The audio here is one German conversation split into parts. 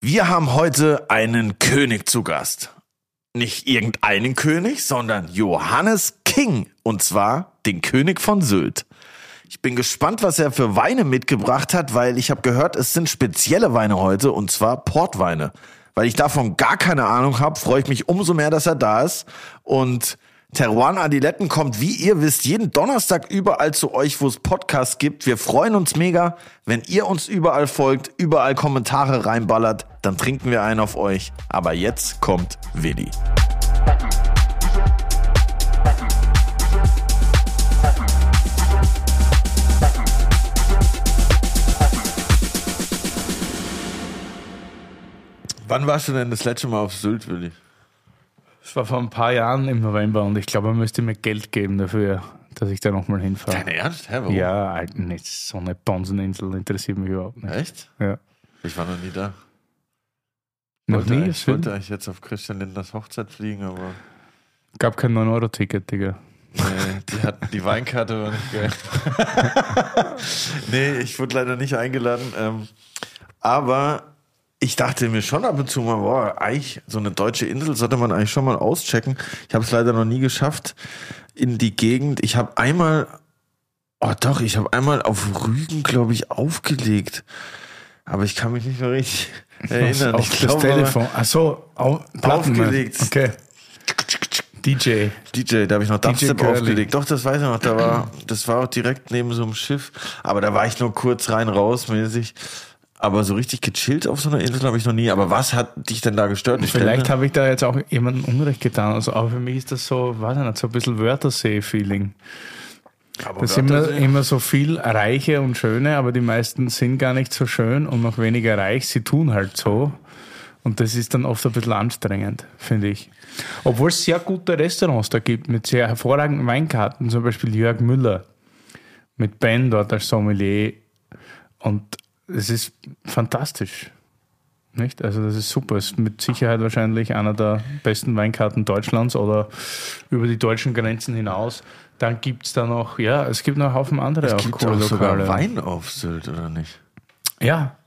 Wir haben heute einen König zu Gast. Nicht irgendeinen König, sondern Johannes King. Und zwar den König von Sylt. Ich bin gespannt, was er für Weine mitgebracht hat, weil ich habe gehört, es sind spezielle Weine heute, und zwar Portweine. Weil ich davon gar keine Ahnung habe, freue ich mich umso mehr, dass er da ist. Und Teruan Adiletten kommt, wie ihr wisst, jeden Donnerstag überall zu euch, wo es Podcasts gibt. Wir freuen uns mega, wenn ihr uns überall folgt, überall Kommentare reinballert, dann trinken wir einen auf euch. Aber jetzt kommt Willi. Wann warst du denn das letzte Mal auf Sylt, Willi? Es war vor ein paar Jahren im November und ich glaube, man müsste mir Geld geben dafür, dass ich da nochmal hinfahre. Dein Ernst? Hä, warum? Ja, nicht so eine Bonseninsel interessiert mich überhaupt nicht. Echt? Ja. Ich war noch nie da. Noch nie? Ich wollte eigentlich jetzt auf Christian Lindners Hochzeit fliegen, aber... Gab kein 9-Euro-Ticket, Digga. Nee, die Weinkarte war nicht geil. Nee, ich wurde leider nicht eingeladen. Aber ich dachte mir schon ab und zu mal, boah, eigentlich so eine deutsche Insel sollte man eigentlich schon mal auschecken. Ich habe es leider noch nie geschafft in die Gegend. Ich habe einmal auf Rügen, glaube ich, aufgelegt. Aber ich kann mich nicht mehr richtig erinnern. Auf das Telefon. Achso, aufgelegt. Okay. DJ, da habe ich noch Dubstep Curly aufgelegt. Doch, das weiß ich noch. Das war auch direkt neben so einem Schiff. Aber da war ich nur kurz raus mäßig. Aber so richtig gechillt auf so einer Insel habe ich noch nie. Aber was hat dich denn da gestört? Vielleicht habe ich da jetzt auch jemandem Unrecht getan. Also auch für mich ist das so, weiß ich nicht, so ein bisschen Wörthersee-Feeling. Da sind immer so viel Reiche und Schöne, aber die meisten sind gar nicht so schön und noch weniger reich. Sie tun halt so. Und das ist dann oft ein bisschen anstrengend, finde ich. Obwohl es sehr gute Restaurants da gibt, mit sehr hervorragenden Weinkarten, zum Beispiel Jörg Müller, mit Ben dort als Sommelier. Und es ist fantastisch. Nicht? Also das ist super. Es ist mit Sicherheit wahrscheinlich einer der besten Weinkarten Deutschlands oder über die deutschen Grenzen hinaus. Dann gibt es da noch, es gibt noch einen Haufen andere auch coole Lokale. Sogar Wein auf Sylt, oder nicht? Ja.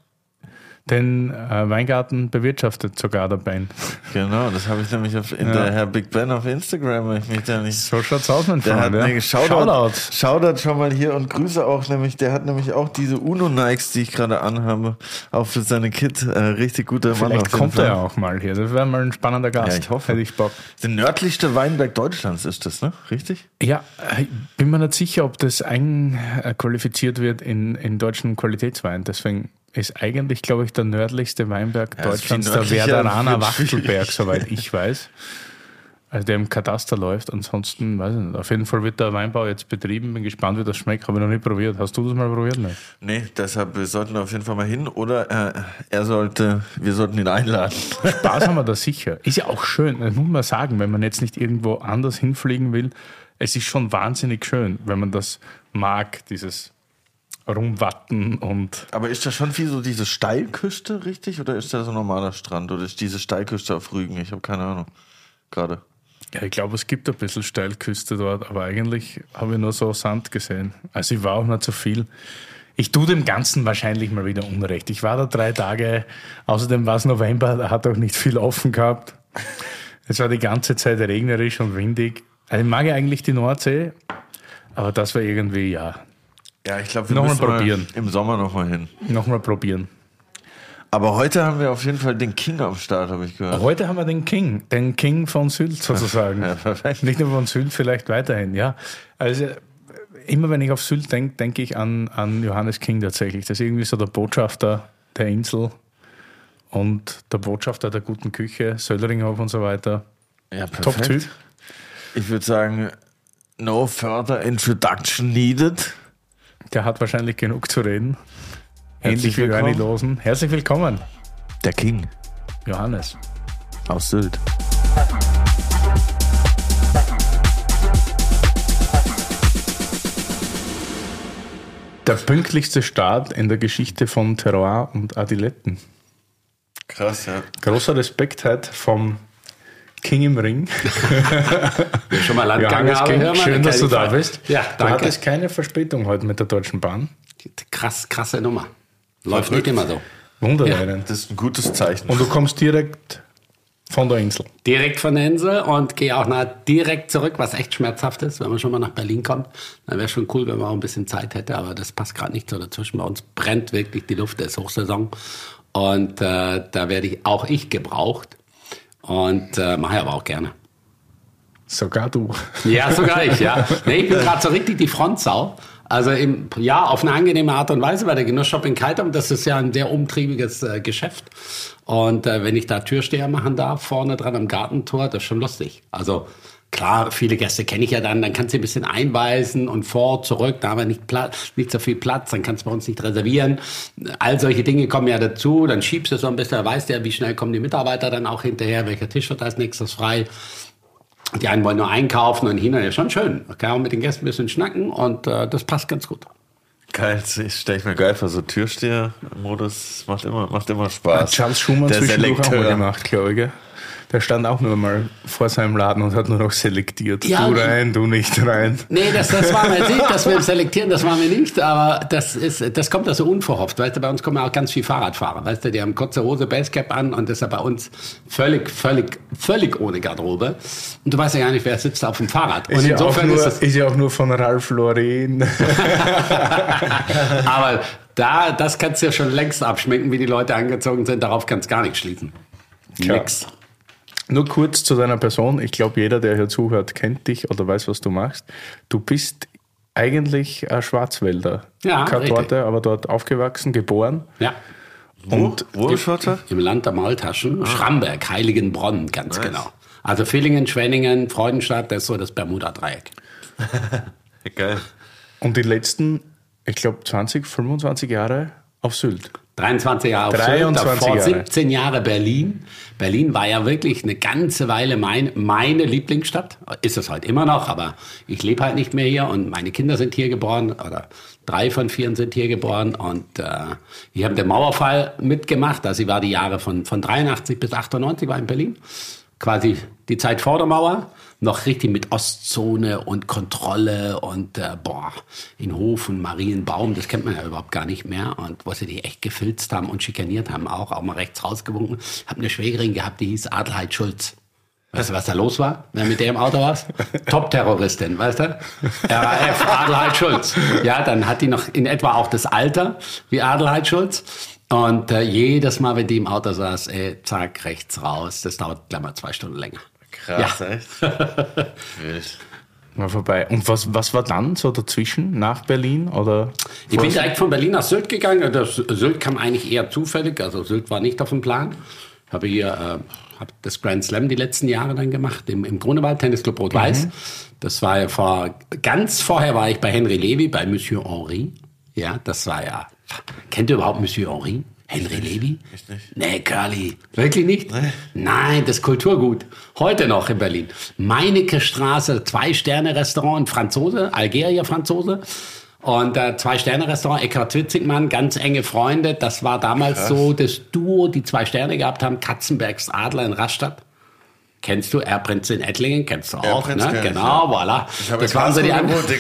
Den Weingarten bewirtschaftet sogar der Ben. Genau, das habe ich nämlich der Herr Big Ben auf Instagram. So schaut's aus, mein Freund. Der hat Shoutout schon mal hier und Grüße auch, der hat nämlich auch diese Uno-Nikes, die ich gerade anhabe, auch für seine Kids. Richtig guter Mann. Vielleicht kommt er ja auch mal hier. Das wäre mal ein spannender Gast. Ja, ich hoffe. Hätte ich Bock. Der nördlichste Weinberg Deutschlands ist das, ne? Richtig? Ja, ich bin mir nicht sicher, ob das einqualifiziert wird in deutschen Qualitätswein. Deswegen ist eigentlich, glaube ich, der nördlichste Weinberg Deutschlands der Werderaner Wachtelberg, soweit ich weiß. Also der im Kataster läuft. Ansonsten, weiß ich nicht. Auf jeden Fall wird der Weinbau jetzt betrieben. Bin gespannt, wie das schmeckt. Habe ich noch nicht probiert. Hast du das mal probiert? Nicht? Nee, deshalb, wir sollten auf jeden Fall mal hin. Oder wir sollten ihn einladen. Spaß haben wir da sicher. Ist ja auch schön, das muss man sagen, wenn man jetzt nicht irgendwo anders hinfliegen will. Es ist schon wahnsinnig schön, wenn man das mag, dieses rumwatten und... Aber ist das schon viel so diese Steilküste, richtig? Oder ist das so ein normaler Strand? Oder ist diese Steilküste auf Rügen? Ich habe keine Ahnung. Gerade. Ja, ich glaube, es gibt ein bisschen Steilküste dort, aber eigentlich habe ich nur so Sand gesehen. Also ich war auch nicht so viel. Ich tue dem Ganzen wahrscheinlich mal wieder Unrecht. Ich war da 3 Tage, außerdem war es November, da hat auch nicht viel offen gehabt. Es war die ganze Zeit regnerisch und windig. Also ich mag ja eigentlich die Nordsee, aber das war irgendwie, Ja, ich glaube, wir müssen mal im Sommer nochmal hin. Nochmal probieren. Aber heute haben wir auf jeden Fall den King am Start, habe ich gehört. Heute haben wir den King von Sylt sozusagen. Ja, perfekt. Nicht nur von Sylt, vielleicht weiterhin, ja. Also immer wenn ich auf Sylt denke, denke ich an Johannes King tatsächlich. Das ist irgendwie so der Botschafter der Insel und der Botschafter der guten Küche, Söllringhof und so weiter. Ja, perfekt. Top-Typ. Ich würde sagen, no further introduction needed. Der hat wahrscheinlich genug zu reden. Ähnlich wie Ernie Losen. Herzlich willkommen. Der King. Johannes. Aus Sylt. Der pünktlichste Start in der Geschichte von Terroir und Adiletten. Krass, ja. Großer Respekt halt vom King im Ring. Wir schon mal Landgang haben. Schön, dass du da bist. Ja, danke. Du hattest keine Verspätung heute mit der Deutschen Bahn. Krasse Nummer. Läuft nicht immer so. Wunderbar. Das ist ein gutes Zeichen. Und du kommst direkt von der Insel? Direkt von der Insel und gehe auch direkt zurück, was echt schmerzhaft ist, wenn man schon mal nach Berlin kommt. Dann wäre schon cool, wenn man auch ein bisschen Zeit hätte, aber das passt gerade nicht so dazwischen. Bei uns brennt wirklich die Luft, es ist Hochsaison und da werde auch ich gebraucht und mache ich aber auch gerne. Sogar du. Ja, sogar ich, ja. Nee, ich bin gerade so richtig die Frontsau. Also auf eine angenehme Art und Weise, weil der Genussshop in Kaltum, das ist ja ein sehr umtriebiges Geschäft. Und wenn ich da Türsteher machen darf, vorne dran am Gartentor, das ist schon lustig. Also klar, viele Gäste kenne ich ja dann kannst du ein bisschen einweisen und vor, zurück, da haben wir nicht so viel Platz, dann kannst du bei uns nicht reservieren. All solche Dinge kommen ja dazu, dann schiebst du so ein bisschen, weißt ja, wie schnell kommen die Mitarbeiter dann auch hinterher, welcher Tisch wird als nächstes frei. Die einen wollen nur einkaufen und hinterher ist schon schön. Man kann auch mit den Gästen ein bisschen schnacken und das passt ganz gut. Geil, das stelle ich mir geil vor, so Türsteher-Modus macht immer Spaß. Hat Charles Schumann zwischendurch auch mal gemacht, glaube ich. Gell? Der stand auch nur mal vor seinem Laden und hat nur noch selektiert. Ja, du rein, du nicht rein. Nee, das waren wir nicht, dass wir selektieren, das waren wir nicht, aber das kommt also unverhofft. Weißt du, bei uns kommen auch ganz viele Fahrradfahrer, weißt du, die haben kurze Hose, Basecap an und das ist ja bei uns völlig ohne Garderobe. Und du weißt ja gar nicht, wer sitzt auf dem Fahrrad. Und insofern ist ja auch nur von Ralph Lauren. Aber das kannst du ja schon längst abschmecken, wie die Leute angezogen sind, darauf kannst du gar nicht schließen. Nix. Nur kurz zu deiner Person. Ich glaube, jeder, der hier zuhört, kennt dich oder weiß, was du machst. Du bist eigentlich ein Schwarzwälder. Ja, keine Torte, aber dort aufgewachsen, geboren. Ja. Und wo Schwarzer? Im Land der Maultaschen. Schramberg, Heiligenbronn, ganz genau. Also Villingen, Schwenningen, Freudenstadt, das ist so das Bermuda-Dreieck. Geil. Und die letzten, ich glaube, 20, 25 Jahre auf Sylt. 23 Jahre auf Sylt, davor 17 Jahre Berlin. Berlin war ja wirklich eine ganze Weile meine Lieblingsstadt. Ist es heute immer noch, aber ich lebe halt nicht mehr hier und meine Kinder sind hier geboren oder 3 von 4 sind hier geboren und ich habe den Mauerfall mitgemacht. Also ich war die Jahre von 83 bis 98 war in Berlin. Quasi die Zeit vor der Mauer. Noch richtig mit Ostzone und Kontrolle und in Hof und Marienbaum, das kennt man ja überhaupt gar nicht mehr. Und wo sie die echt gefilzt haben und schikaniert haben, auch mal rechts rausgewunken. Ich habe eine Schwägerin gehabt, die hieß Adelheid Schulz. Weißt du, was da los war, wenn du mit der im Auto warst? Top-Terroristin, weißt du? RAF, Adelheid Schulz. Ja, dann hat die noch in etwa auch das Alter wie Adelheid Schulz. Und jedes Mal, wenn die im Auto saß, zack, rechts raus. Das dauert gleich mal 2 Stunden länger. Krass, ja. Echt? Wild. War vorbei. Und was war dann so dazwischen, nach Berlin? Oder ich bin direkt von Berlin nach Sylt gegangen. Sylt kam eigentlich eher zufällig. Also Sylt war nicht auf dem Plan. Habe hier hab das Grand Slam die letzten Jahre dann gemacht, im Grunewald, Tennisclub Rot-Weiß. Das war ja ganz vorher war ich bei Henry Levy, bei Monsieur Henry. Ja, das war ja... Kennt ihr überhaupt Monsieur Henry? Henry Levy? Ich nicht. Nee, Curly. Wirklich nicht? Nee. Nein, das Kulturgut. Heute noch in Berlin. Meinecke Straße, 2-Sterne-Restaurant, Franzose, Algerier-Franzose. Und 2-Sterne-Restaurant, Eckhard Zwitzigmann, ganz enge Freunde. Das war damals so das Duo, die 2 Sterne gehabt haben. Katzenbergs Adler in Rastatt. Kennst du Erbprinz in Ettlingen? Kennst du auch, ne? Genau, voilà. Das waren so die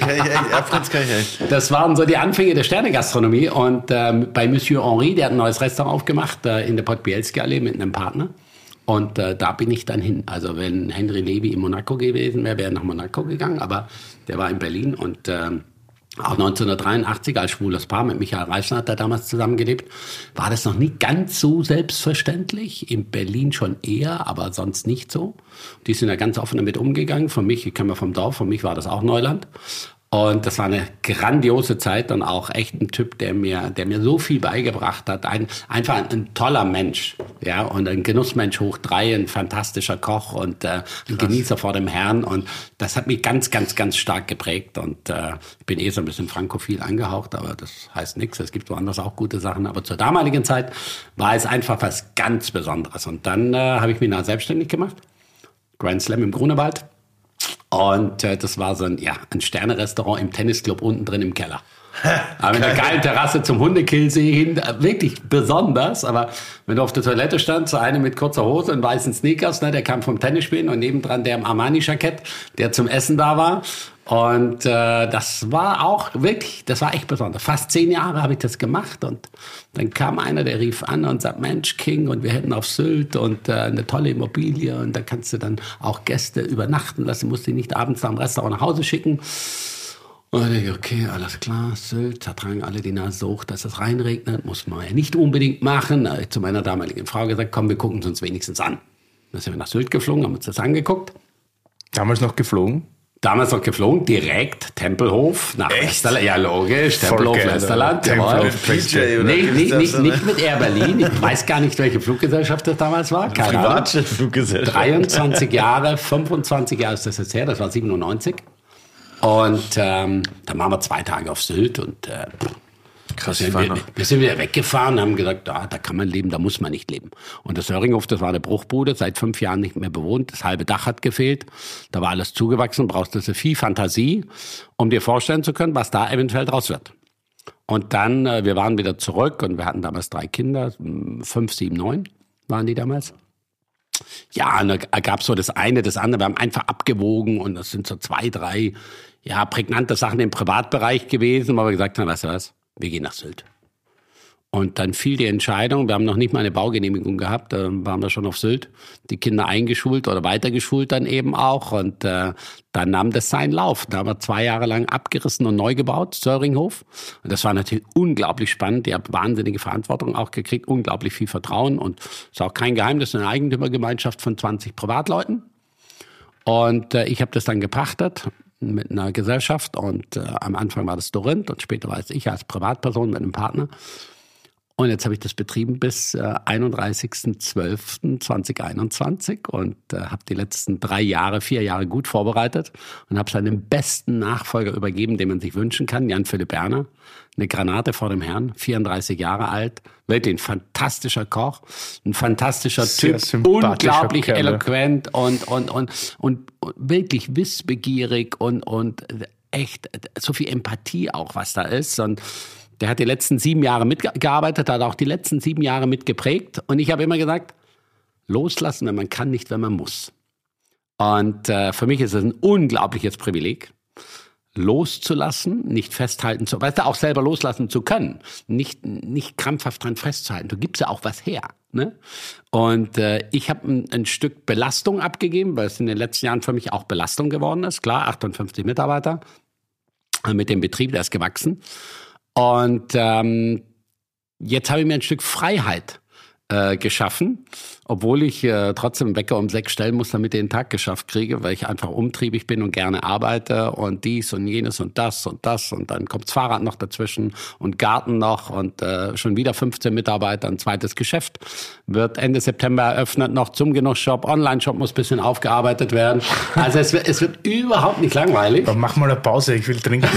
Das waren so die Anfänge der Sternegastronomie. Und bei Monsieur Henry, der hat ein neues Restaurant aufgemacht in der Podbielski-Allee mit einem Partner. Und da bin ich dann hin. Also wenn Henry Levy in Monaco gewesen wäre, wäre er nach Monaco gegangen. Aber der war in Berlin und auch 1983 als schwules Paar mit Michael Reisner hat er damals zusammengelebt, war das noch nicht ganz so selbstverständlich. In Berlin schon eher, aber sonst nicht so. Die sind ja ganz offen damit umgegangen. Für mich, ich komme vom Dorf, für mich war das auch Neuland. Und das war eine grandiose Zeit und auch echt ein Typ, der mir so viel beigebracht hat. Einfach ein toller Mensch, ja, und ein Genussmensch hoch 3, ein fantastischer Koch und ein Genießer vor dem Herrn. Und das hat mich ganz, ganz, ganz stark geprägt. Und ich bin so ein bisschen frankophil angehaucht, aber das heißt nichts. Es gibt woanders auch gute Sachen. Aber zur damaligen Zeit war es einfach was ganz Besonderes. Und dann habe ich mich selbstständig gemacht. Grand Slam im Grunewald. Und das war so ein Sterne-Restaurant im Tennisclub unten drin im Keller. Aber mit einer geilen Terrasse zum Hundekillsee hin, wirklich besonders. Aber wenn du auf der Toilette standst, so eine mit kurzer Hose und weißen Sneakers, ne, der kam vom Tennisspielen und nebendran der im Armani-Jackett, der zum Essen da war. Und das war auch wirklich, das war echt besonders. Fast 10 Jahre habe ich das gemacht und dann kam einer, der rief an und sagt, Mensch, King, und wir hätten auf Sylt und eine tolle Immobilie und da kannst du dann auch Gäste übernachten lassen, musst die nicht abends nach dem Restaurant nach Hause schicken. Und ich dachte, okay, alles klar, Sylt, da tragen alle die Nase hoch, dass es reinregnet, muss man ja nicht unbedingt machen. Da habe ich zu meiner damaligen Frau gesagt, komm, wir gucken es uns wenigstens an. Dann sind wir nach Sylt geflogen, haben uns das angeguckt. Damals noch geflogen? Damals noch geflogen, direkt Tempelhof nach Westerland. Ja, logisch, Tempelhof, Westerland. Nicht mit Air Berlin. Ich weiß gar nicht, welche Fluggesellschaft das damals war. Keine Ahnung. Fluggesellschaft. 23 Jahre, 25 Jahre ist das jetzt her, das war 97. Und dann waren wir 2 Tage auf Sylt und krass, wir sind wieder weggefahren und haben gesagt, da kann man leben, da muss man nicht leben. Und das Höringhof, das war eine Bruchbude, seit 5 Jahren nicht mehr bewohnt, das halbe Dach hat gefehlt, da war alles zugewachsen, brauchst du viel Fantasie, um dir vorstellen zu können, was da eventuell draus wird. Und dann, wir waren wieder zurück und wir hatten damals 3 Kinder, 5, 7, 9 waren die damals. Ja, und da gab es so das eine, das andere, wir haben einfach abgewogen und das sind so 2, 3 prägnante Sachen im Privatbereich gewesen, wo wir gesagt haben, weißt du was, wir gehen nach Sylt. Und dann fiel die Entscheidung, wir haben noch nicht mal eine Baugenehmigung gehabt, da waren wir schon auf Sylt, die Kinder eingeschult oder weitergeschult dann eben auch und dann nahm das seinen Lauf. Da haben wir 2 Jahre lang abgerissen und neu gebaut, Söringhof. Und das war natürlich unglaublich spannend, die haben wahnsinnige Verantwortung auch gekriegt, unglaublich viel Vertrauen und ist auch kein Geheimnis, eine Eigentümergemeinschaft von 20 Privatleuten. Und ich habe das dann gepachtet mit einer Gesellschaft und am Anfang war das Dorint und später war es ich als Privatperson mit einem Partner. Und jetzt habe ich das betrieben bis 31.12.2021 und habe die letzten 4 Jahre gut vorbereitet und habe seinen besten Nachfolger übergeben, den man sich wünschen kann, Jan-Philipp Berner. Eine Granate vor dem Herrn, 34 Jahre alt, wirklich ein fantastischer Koch, ein fantastischer Typ, unglaublich Kerl, eloquent und wirklich wissbegierig und echt so viel Empathie auch, was da ist. Und der hat die letzten 7 Jahre mitgearbeitet, hat auch die letzten 7 Jahre mitgeprägt. Und ich habe immer gesagt, loslassen, wenn man kann, nicht wenn man muss. Und für mich ist es ein unglaubliches Privileg, loszulassen, nicht festhalten zu, weißt du, auch selber loslassen zu können, nicht krampfhaft dran festzuhalten. Du gibst ja auch was her, ne? Und ich habe ein Stück Belastung abgegeben, weil es in den letzten Jahren für mich auch Belastung geworden ist. Klar, 58 Mitarbeiter mit dem Betrieb, der ist gewachsen. Und jetzt habe ich mir ein Stück Freiheit geschaffen, obwohl ich trotzdem Wecker um 6 stellen muss, damit ich den Tag geschafft kriege, weil ich einfach umtriebig bin und gerne arbeite und dies und jenes und das und das und dann kommt das Fahrrad noch dazwischen und Garten noch und schon wieder 15 Mitarbeiter, ein zweites Geschäft wird Ende September eröffnet, noch zum Genussshop, Online-Shop muss ein bisschen aufgearbeitet werden. Also es wird überhaupt nicht langweilig. Dann mach mal eine Pause, ich will trinken.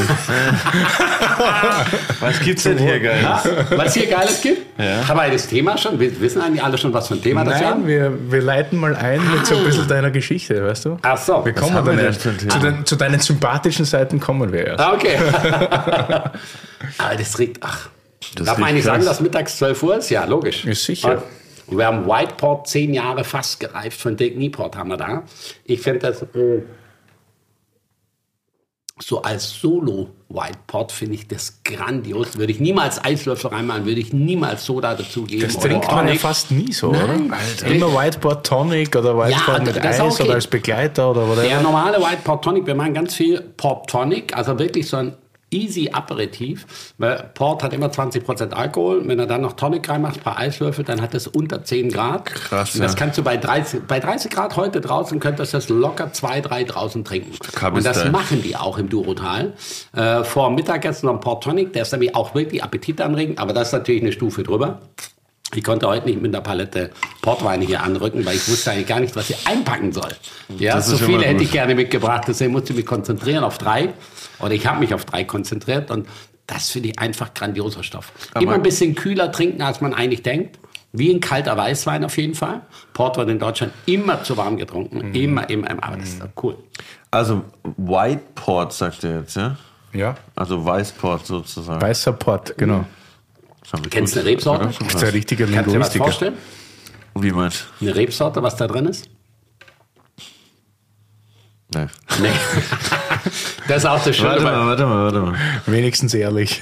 Was gibt's denn hier Geiles? Ja, was hier Geiles gibt? Ja. Haben wir das Thema schon? Wissen eigentlich alle schon, was für ein Thema das ist? Nein, wir leiten mal ein mit so ein bisschen deiner Geschichte, weißt du? Ach so. Wir kommen dann erst. Zu deinen sympathischen Seiten kommen wir erst. Okay. Aber das riecht, darf man eigentlich sagen, dass mittags 12 Uhr ist? Ja, logisch. Ist sicher. Und wir haben Whiteport 10 Jahre fast gereift, von Dirk Nieport haben wir da. Ich finde das so als Solo-Whiteport finde ich das grandios. Würde ich niemals Eislöffel reinmachen, würde ich niemals Soda dazugeben. Das trinkt man ja fast nie so, nein, oder? Alter. Immer Whiteport Tonic oder Whiteport mit Eis okay. Oder als Begleiter oder whatever. Der normale Whiteport Tonic, wir machen ganz viel Port Tonic, also wirklich so ein easy Aperitif, weil Port hat immer 20% Alkohol. Wenn er dann noch Tonic reinmacht, ein paar Eislöffel, dann hat es unter 10 Grad. Krass, und das kannst du bei 30 Grad heute draußen, könntest du das locker 2, 3 draußen trinken. Und das machen die auch im Durotal. Vor dem Mittagessen noch ein Port Tonic, der ist nämlich auch wirklich appetitanregend, aber das ist natürlich eine Stufe drüber. Ich konnte heute nicht mit einer Palette Portweine hier anrücken, weil ich wusste eigentlich gar nicht, was ich einpacken soll. Ja, so viele hätte ich gerne mitgebracht, deswegen musste ich mich konzentrieren auf 3. Oder ich habe mich auf 3 konzentriert und das finde ich einfach grandioser Stoff. Aber immer ein bisschen kühler trinken, als man eigentlich denkt. Wie ein kalter Weißwein auf jeden Fall. Port wird in Deutschland immer zu warm getrunken. Immer. Aber das ist cool. Also White Port, sagt er jetzt, ja? Ja. Also Weißport sozusagen. Weißer Port, genau. Kennst du eine Rebsorte? Das ist der richtige Kannst du dir was Linguistiker. vorstellen? Wie meinst Eine Rebsorte, was da drin ist? du? Nee. Nee. Das ist auch das Schöne. Warte mal. Wenigstens ehrlich.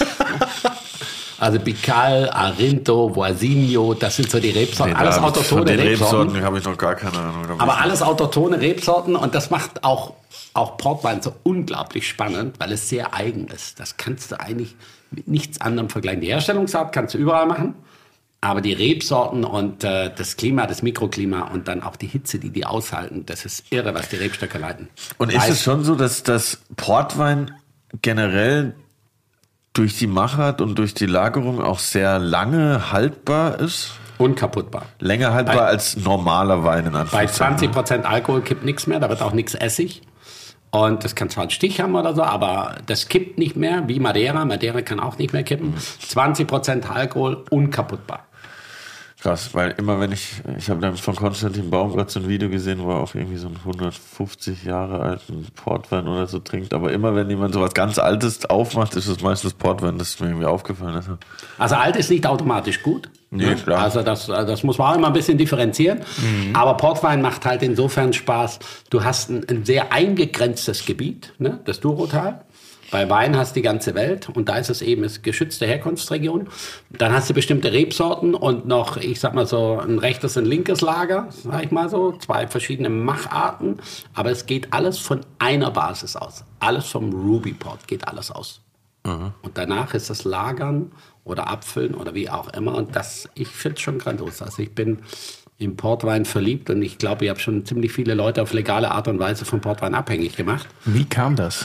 Also Pical, Arinto, Voisinho, das sind so die Rebsorten. Alles autochtone Rebsorten. Rebsorten. Habe ich noch gar keine Ahnung. Aber alles autochtone Rebsorten und das macht auch Portwein so unglaublich spannend, weil es sehr eigen ist. Das kannst du eigentlich mit nichts anderem vergleichen. Die Herstellungsart kannst du überall machen, aber die Rebsorten und das Klima, das Mikroklima und dann auch die Hitze, die aushalten, das ist irre, was die Rebstöcke leiten. Und ist es schon so, dass das Portwein generell durch die Machart und durch die Lagerung auch sehr lange haltbar ist? Unkaputtbar. Länger haltbar als normaler Wein in Bei Anführungszeichen. 20% Alkohol kippt nichts mehr, da wird auch nichts Essig. Und das kann zwar einen Stich haben oder so, aber das kippt nicht mehr, wie Madeira. Madeira kann auch nicht mehr kippen. 20% Alkohol, unkaputtbar. Krass, weil immer wenn ich habe dann von Konstantin Baumgart so ein Video gesehen, wo er auch irgendwie so einen 150 Jahre alten Portwein oder so trinkt, aber immer wenn jemand so was ganz Altes aufmacht, ist es meistens Portwein, das ist mir irgendwie aufgefallen. Also alt ist nicht automatisch gut. Nee, klar. Also das muss man auch immer ein bisschen differenzieren. Aber Portwein macht halt insofern Spaß. Du hast ein sehr eingegrenztes Gebiet, ne? Das Douro-Tal. Bei Wein hast du die ganze Welt und da ist es eben eine geschützte Herkunftsregion. Dann hast du bestimmte Rebsorten und noch, ich sag mal so, ein rechtes und linkes Lager, sag ich mal so, 2 verschiedene Macharten. Aber es geht alles von einer Basis aus. Alles vom Ruby Port geht alles aus. Und danach ist das Lagern oder Abfüllen oder wie auch immer. Und ich finde es schon grandios. Also ich bin im Portwein verliebt und ich glaube, ich habe schon ziemlich viele Leute auf legale Art und Weise vom Portwein abhängig gemacht. Wie kam das?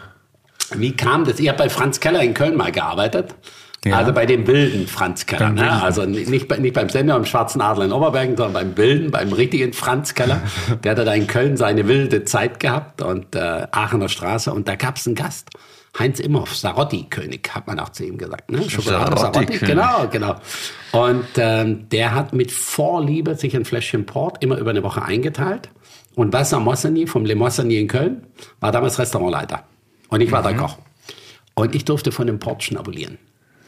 Wie kam das? Ich habe bei Franz Keller in Köln mal gearbeitet. Ja. Also bei dem wilden Franz Keller. Beim Ne? Wilden. Also nicht beim Sender im Schwarzen Adler in Oberbergen, sondern beim wilden, beim richtigen Franz Keller. Der hatte da in Köln seine wilde Zeit gehabt und Aachener Straße. Und da gab es einen Gast. Heinz Imhoff, Sarotti-König, hat man auch zu ihm gesagt. Ne? Schokolade Sarotti, genau. Und der hat mit Vorliebe sich ein Fläschchen Port immer über eine Woche eingeteilt. Und Vincent Moissonnier vom Le Moissonnier in Köln war damals Restaurantleiter. Und ich war der Koch. Und ich durfte von dem Port schnabulieren.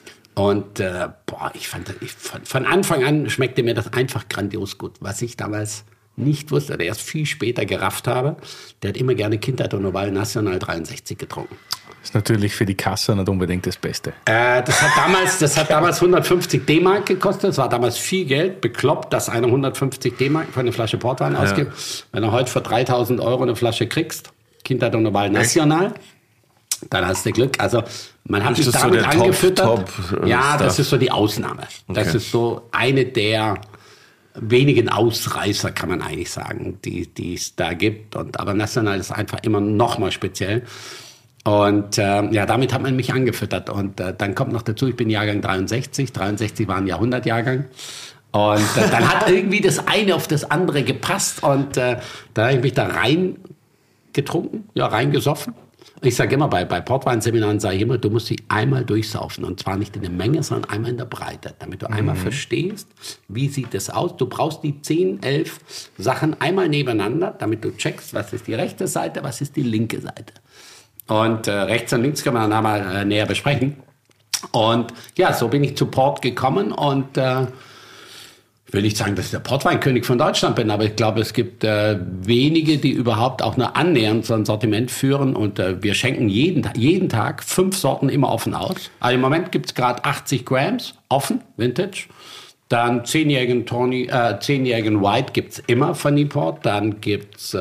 Und ich fand von Anfang an schmeckte mir das einfach grandios gut. Was ich damals nicht wusste, oder erst viel später gerafft habe, der hat immer gerne Kindheit und Noval National 63 getrunken. Ist natürlich für die Kasse nicht unbedingt das Beste. Das hat damals 150 D-Mark gekostet. Das war damals viel Geld. Bekloppt, dass einer 150 D-Mark für eine Flasche Portwein ausgibt. Wenn du heute für 3.000 € eine Flasche kriegst, Kindheit und Noval National, dann hast du Glück. Also man hat mich damit so angefüttert. Das ist so die Ausnahme. Okay. Das ist so eine der wenigen Ausreißer, kann man eigentlich sagen, die es da gibt. Aber National ist einfach immer noch mal speziell. Und damit hat man mich angefüttert. Und dann kommt noch dazu, ich bin Jahrgang 63. 63 war ein Jahrhundertjahrgang. Und dann hat irgendwie das eine auf das andere gepasst. Und da habe ich mich da reingesoffen. Ich sage immer, bei Portweinseminaren sage ich immer, du musst sie einmal durchsaufen. Und zwar nicht in der Menge, sondern einmal in der Breite. Damit du einmal verstehst, wie sieht das aus. Du brauchst die 10, 11 Sachen einmal nebeneinander, damit du checkst, was ist die rechte Seite, was ist die linke Seite. Und rechts und links können wir dann mal näher besprechen. Und ja, so bin ich zu Port gekommen und ich will nicht sagen, dass ich der Portweinkönig von Deutschland bin, aber ich glaube, es gibt wenige, die überhaupt auch nur annähernd so ein Sortiment führen. Und wir schenken jeden Tag 5 Sorten immer offen aus. Also im Moment gibt es gerade 80 Grams offen, Vintage. Dann 10-jährigen White gibt es immer von Newport. Dann gibt es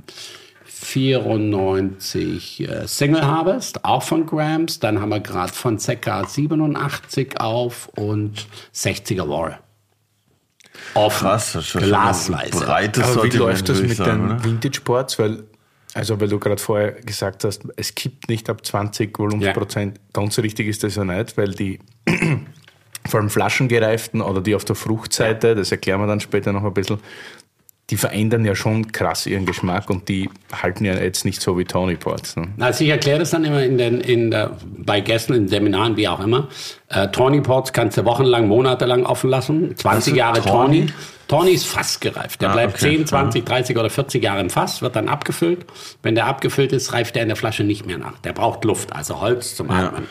94 Single Harvest, auch von Grams. Dann haben wir gerade von Sekka 87 auf und 60er War. Offen, krass, das ist schon glasweise. Breites Aber wie Sortiment, läuft das würde ich mit sagen, den oder? Vintage-Ports? Weil du gerade vorher gesagt hast, es kippt nicht ab 20 Volumensprozent. Ganz so richtig ist das ja nicht, weil die vor allem flaschengereiften oder die auf der Fruchtseite, das erklären wir dann später noch ein bisschen, die verändern ja schon krass ihren Geschmack und die halten ja jetzt nicht so wie Tawny Ports. Ne? Also ich erkläre das dann immer bei Gästen, in Seminaren, wie auch immer. Tawny Ports kannst du wochenlang, monatelang offen lassen. 20 Jahre Tawny. Tawny ist fassgereift. Der bleibt 10, 20, 30 oder 40 Jahre im Fass, wird dann abgefüllt. Wenn der abgefüllt ist, reift der in der Flasche nicht mehr nach. Der braucht Luft, also Holz zum Atmen.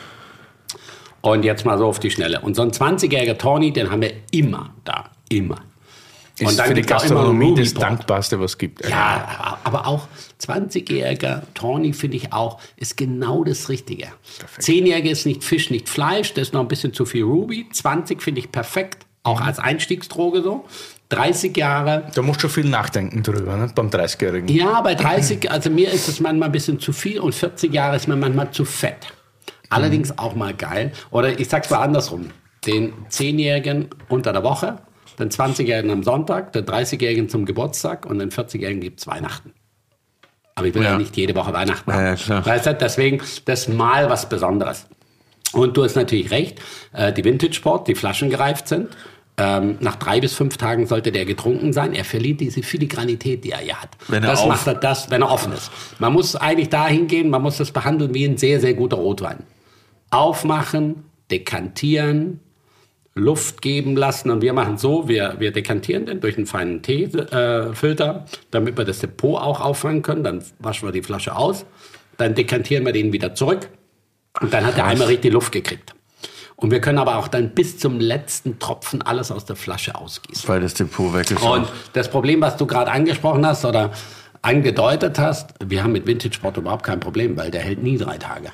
Und jetzt mal so auf die Schnelle. Und so ein 20-jähriger Tawny, den haben wir immer da. Immer. Ist und dann für die Gastronomie das Dankbarste, was es gibt. Ja, aber auch 20-jähriger Tawny, finde ich auch, ist genau das Richtige. 10-jähriger ist nicht Fisch, nicht Fleisch, das ist noch ein bisschen zu viel Ruby. 20 finde ich perfekt, auch als Einstiegsdroge so. 30 Jahre. Da musst du schon viel nachdenken drüber, ne? Beim 30-Jährigen. Ja, bei 30, also mir ist es manchmal ein bisschen zu viel und 40 Jahre ist mir manchmal zu fett. Allerdings auch mal geil. Oder ich sag's mal andersrum. Den 10-Jährigen unter der Woche, den 20-Jährigen am Sonntag, den 30-Jährigen zum Geburtstag und den 40-Jährigen gibt's Weihnachten. Aber ich will ja nicht jede Woche Weihnachten haben. Ja, klar. Weißt du, deswegen, das ist mal was Besonderes. Und du hast natürlich recht, die Vintage Port, die flaschengereift sind, nach 3 bis 5 Tagen sollte der getrunken sein. Er verliert diese Filigranität, die er ja hat. Wenn er offen ist. Man muss eigentlich dahin gehen, man muss das behandeln wie ein sehr, sehr guter Rotwein. Aufmachen, dekantieren, Luft geben lassen. Und wir machen so, wir dekantieren den durch einen feinen Teefilter, damit wir das Depot auch auffangen können. Dann waschen wir die Flasche aus. Dann dekantieren wir den wieder zurück. Und dann hat er einmal richtig Luft gekriegt. Und wir können aber auch dann bis zum letzten Tropfen alles aus der Flasche ausgießen. Weil das Depot weg ist. Und das Problem, was du gerade angesprochen hast oder angedeutet hast, wir haben mit Vintage Port überhaupt kein Problem, weil der hält nie 3 Tage.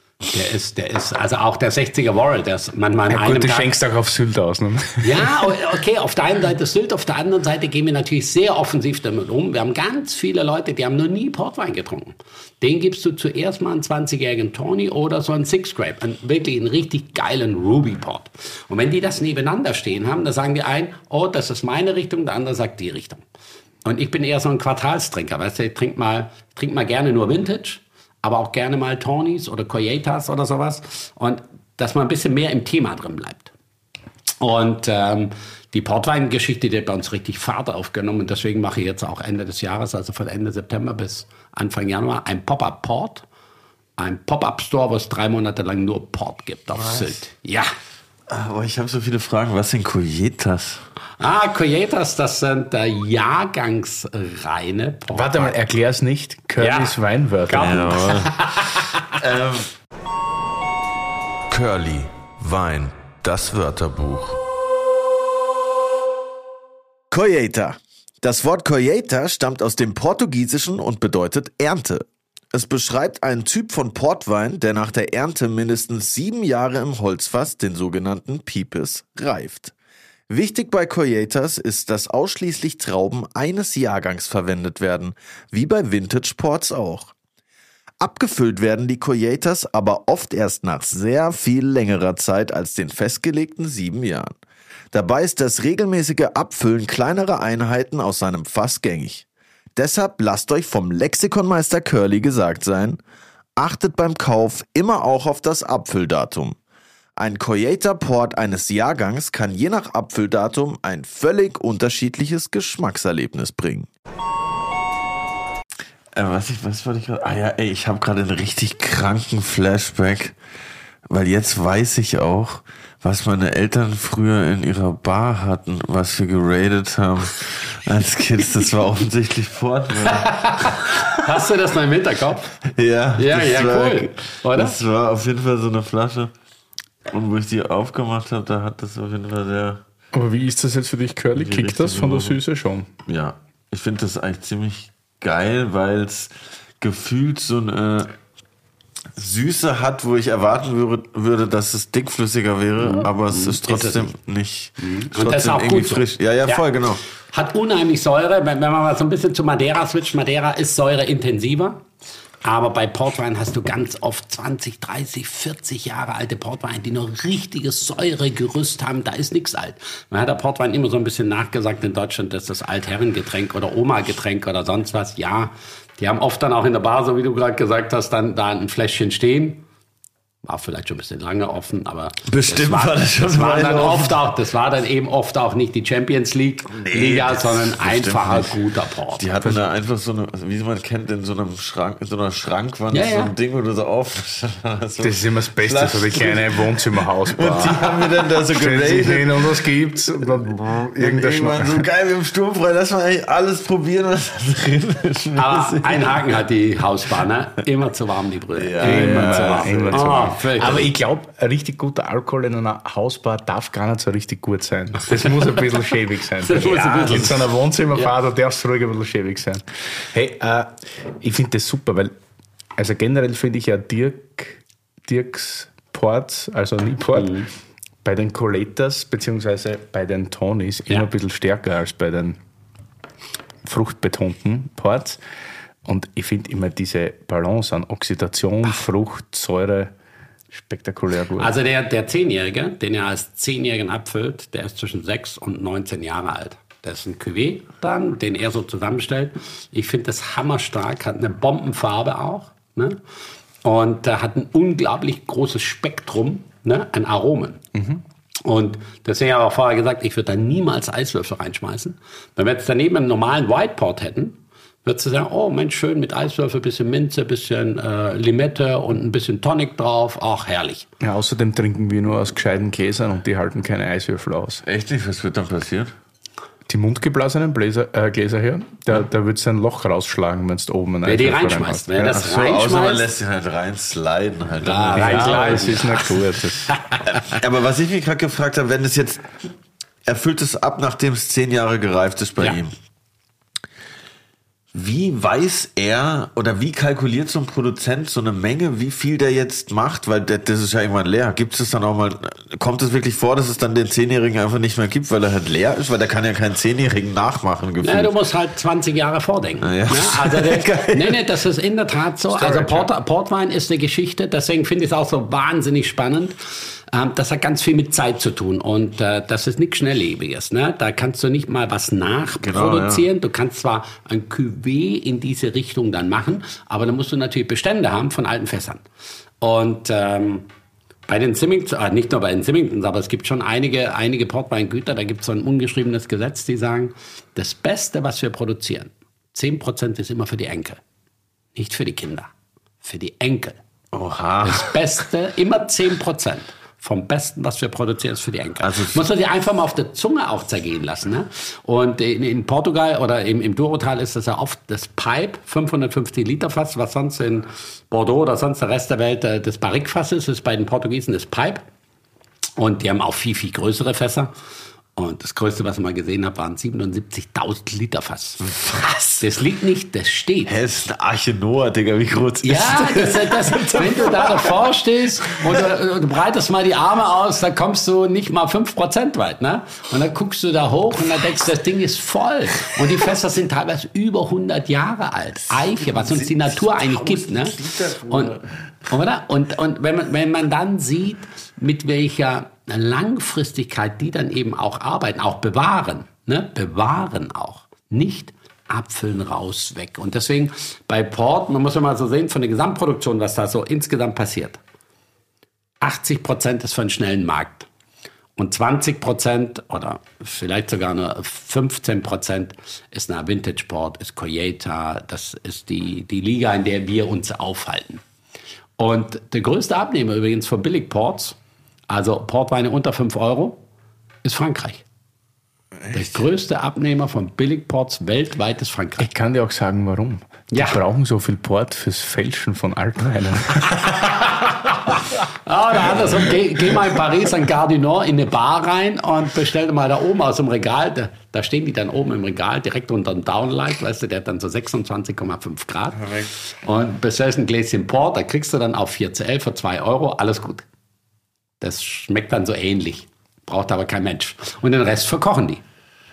Der ist, also auch der 60er Warrell, der ist manchmal in einem Tag... Du schenkst auch auf Sylt aus, ne? Ja, okay, auf der einen Seite Sylt, auf der anderen Seite gehen wir natürlich sehr offensiv damit um. Wir haben ganz viele Leute, die haben noch nie Portwein getrunken. Den gibst du zuerst mal einen 20-jährigen Tawny oder so einen Six Grape, wirklich einen richtig geilen Ruby Port. Und wenn die das nebeneinander stehen haben, dann sagen die einen, oh, das ist meine Richtung, der andere sagt die Richtung. Und ich bin eher so ein Quartalstrinker, weißt du, ich trink mal gerne nur Vintage, aber auch gerne mal Tawnys oder Coyetas oder sowas. Und dass man ein bisschen mehr im Thema drin bleibt. Und die Portwein-Geschichte, die hat bei uns richtig Fahrt aufgenommen. Und deswegen mache ich jetzt auch Ende des Jahres, also von Ende September bis Anfang Januar, ein Pop-Up-Port. Ein Pop-Up-Store, wo es 3 Monate lang nur Port gibt auf Sylt. Ja. Aber ich habe so viele Fragen. Was sind Coyetas? Coyetas, das sind jahrgangsreine Portwein. Warte mal, erklär's nicht. Curlys Weinwörter. Curly, Wein, das Wörterbuch. Colheita. Das Wort Colheita stammt aus dem Portugiesischen und bedeutet Ernte. Es beschreibt einen Typ von Portwein, der nach der Ernte mindestens 7 Jahre im Holzfass, den sogenannten Pipes, reift. Wichtig bei Coyetas ist, dass ausschließlich Trauben eines Jahrgangs verwendet werden, wie bei Vintage Ports auch. Abgefüllt werden die Coyetas aber oft erst nach sehr viel längerer Zeit als den festgelegten 7 Jahren. Dabei ist das regelmäßige Abfüllen kleinerer Einheiten aus seinem Fass gängig. Deshalb lasst euch vom Lexikonmeister Curly gesagt sein, achtet beim Kauf immer auch auf das Abfülldatum. Ein Coyeita Port eines Jahrgangs kann je nach Abfülldatum ein völlig unterschiedliches Geschmackserlebnis bringen. Was wollte ich gerade? Ich habe gerade einen richtig kranken Flashback, weil jetzt weiß ich auch, was meine Eltern früher in ihrer Bar hatten, was wir geradet haben als Kids. Das war offensichtlich Portwein. Hast du das noch im Hinterkopf? Ja, cool. Oder? Das war auf jeden Fall so eine Flasche. Und wo ich die aufgemacht habe, da hat das auf jeden Fall sehr... Aber wie ist das jetzt für dich, Curly? Kickt das von der Süße schon? Ja, ich finde das eigentlich ziemlich geil, weil es gefühlt so eine Süße hat, wo ich erwarten würde, dass es dickflüssiger wäre, aber es ist trotzdem nicht. Und das ist auch gut so. Frisch. Ja, voll, genau. Hat unheimlich Säure. Wenn man mal so ein bisschen zu Madeira switcht, Madeira ist säureintensiver. Aber bei Portwein hast du ganz oft 20, 30, 40 Jahre alte Portwein, die noch richtiges Säuregerüst haben. Da ist nichts alt. Man hat der Portwein immer so ein bisschen nachgesagt in Deutschland, dass das Altherrengetränk oder Oma-Getränk oder sonst was. Ja, die haben oft dann auch in der Bar, so wie du gerade gesagt hast, dann da ein Fläschchen stehen. War vielleicht schon ein bisschen lange offen, aber bestimmt das war dann eben oft auch nicht die Champions League Liga, sondern einfacher guter Port. Die hatten da einfach so eine, wie man kennt, in so einem Schrank, in so einer Schrankwand, so ein Ding, wo du so auf. So das ist immer das Beste, so die kleine Wohnzimmerhausbar. Und die haben wir dann da so geratet. Und was gibt's? Und dann irgendwann so geil, wir haben sturmfrei, lass mal eigentlich alles probieren, was da drin ist. Aber ein Haken hat die Hausbar, ne? Immer zu warm, die Brüder. Immer zu warm. Aber ich glaube, ein richtig guter Alkohol in einer Hausbar darf gar nicht so richtig gut sein. Das muss ein bisschen schäbig sein. In so einer Wohnzimmerfahrt darf es ruhig ein bisschen schäbig sein. Hey, ich finde das super, weil also generell finde ich ja Dirks Ports, also Newport, bei den Colettas beziehungsweise bei den Tonys immer ein bisschen stärker als bei den fruchtbetonten Ports. Und ich finde immer diese Balance an Oxidation, Frucht, Säure spektakulär gut. Also der 10-Jährige, den er als 10-Jährigen abfüllt, der ist zwischen 6 und 19 Jahre alt. Das ist ein Cuvée dann, den er so zusammenstellt. Ich finde das hammerstark, hat eine Bombenfarbe auch. Ne? Und hat ein unglaublich großes Spektrum, ne, an Aromen. Und deswegen habe ich auch vorher gesagt, ich würde da niemals Eiswürfel reinschmeißen. Wenn wir jetzt daneben einen normalen White Port hätten, würdest du sagen, oh Mensch, schön mit Eiswürfel, bisschen Minze, bisschen Limette und ein bisschen Tonic drauf. Ach, herrlich. Ja, außerdem trinken wir nur aus gescheiten Gläsern und die halten keine Eiswürfel aus. Echt nicht? Was wird dann passieren? Die mundgeblasenen Gläser hier, da wird es ein Loch rausschlagen, wenn du oben einen Eiswürfel reinschmeißt. Wenn das reinschmeißt. Außer man lässt ihn halt reinsliden. Halt das ist nicht gut. Aber was ich mich gerade gefragt habe, wenn es jetzt, er füllt es ab, nachdem es 10 Jahre gereift ist bei ihm. Wie weiß er oder wie kalkuliert so ein Produzent so eine Menge, wie viel der jetzt macht? Weil das ist ja irgendwann leer. Gibt es dann auch mal, kommt es wirklich vor, dass es dann den 10-Jährigen einfach nicht mehr gibt, weil er halt leer ist? Weil der kann ja keinen 10-Jährigen nachmachen, gefühlt. Ja, du musst halt 20 Jahre vordenken. Ja. Also das ist in der Tat so. Also Portwein ist eine Geschichte, deswegen finde ich es auch so wahnsinnig spannend. Das hat ganz viel mit Zeit zu tun und das ist nichts Schnelllebiges. Ne? Da kannst du nicht mal was nachproduzieren. Du kannst zwar ein Cuvée in diese Richtung dann machen, aber dann musst du natürlich Bestände haben von alten Fässern. Und bei den Symingtons, nicht nur bei den Symingtons, aber es gibt schon einige Portweingüter, da gibt es so ein ungeschriebenes Gesetz, die sagen, das Beste, was wir produzieren, 10% ist immer für die Enkel. Nicht für die Kinder, für die Enkel. Oha. Das Beste, immer 10%. Vom Besten, was wir produzieren, ist für die Enkel. Also muss man sich einfach mal auf der Zunge auch zergehen lassen. Ne? Und in Portugal oder im Douro-Tal ist das ja oft das Pipe, 550 Liter Fass, was sonst in Bordeaux oder sonst der Rest der Welt das Barrique-Fass ist bei den Portugiesen das Pipe. Und die haben auch viel, viel größere Fässer. Und das Größte, was ich mal gesehen habe, waren 77.000 Liter Fass. Was? Das liegt nicht, das steht. Das ist eine Arche Noah, Digga, wie groß ist das? Ja, wenn du da davor stehst und du breitest mal die Arme aus, dann kommst du nicht mal 5% weit, ne? Und dann guckst du da hoch und dann denkst du, das Ding ist voll. Und die Fässer sind teilweise über 100 Jahre alt. Eiche, was uns die Natur eigentlich gibt, ne? Und wenn man dann sieht, mit welcher Langfristigkeit die dann eben auch arbeiten, auch bewahren, ne? Bewahren auch, nicht abfüllen raus, weg. Und deswegen bei Port, man muss ja mal so sehen, von der Gesamtproduktion, was da so insgesamt passiert. 80% ist für einen schnellen Markt. Und 20% oder vielleicht sogar nur 15% ist eine Vintage Port, ist Colheita, das ist die Liga, in der wir uns aufhalten. Und der größte Abnehmer übrigens von Billigports, also Portweine unter 5 Euro, ist Frankreich. Echt? Der größte Abnehmer von Billigports weltweit ist Frankreich. Ich kann dir auch sagen, warum. Die brauchen so viel Port fürs Fälschen von Altweinen. Oder andersrum, geh mal in Paris an Gare du Nord in eine Bar rein und bestell mal da oben aus dem Regal, da stehen die dann oben im Regal direkt unter dem Downlight, weißt du, der hat dann so 26,5 Grad. Perfekt. Und bestellst ein Gläschen Port, da kriegst du dann auf 4CL für 2 Euro, alles gut. Das schmeckt dann so ähnlich, braucht aber kein Mensch. Und den Rest verkochen die.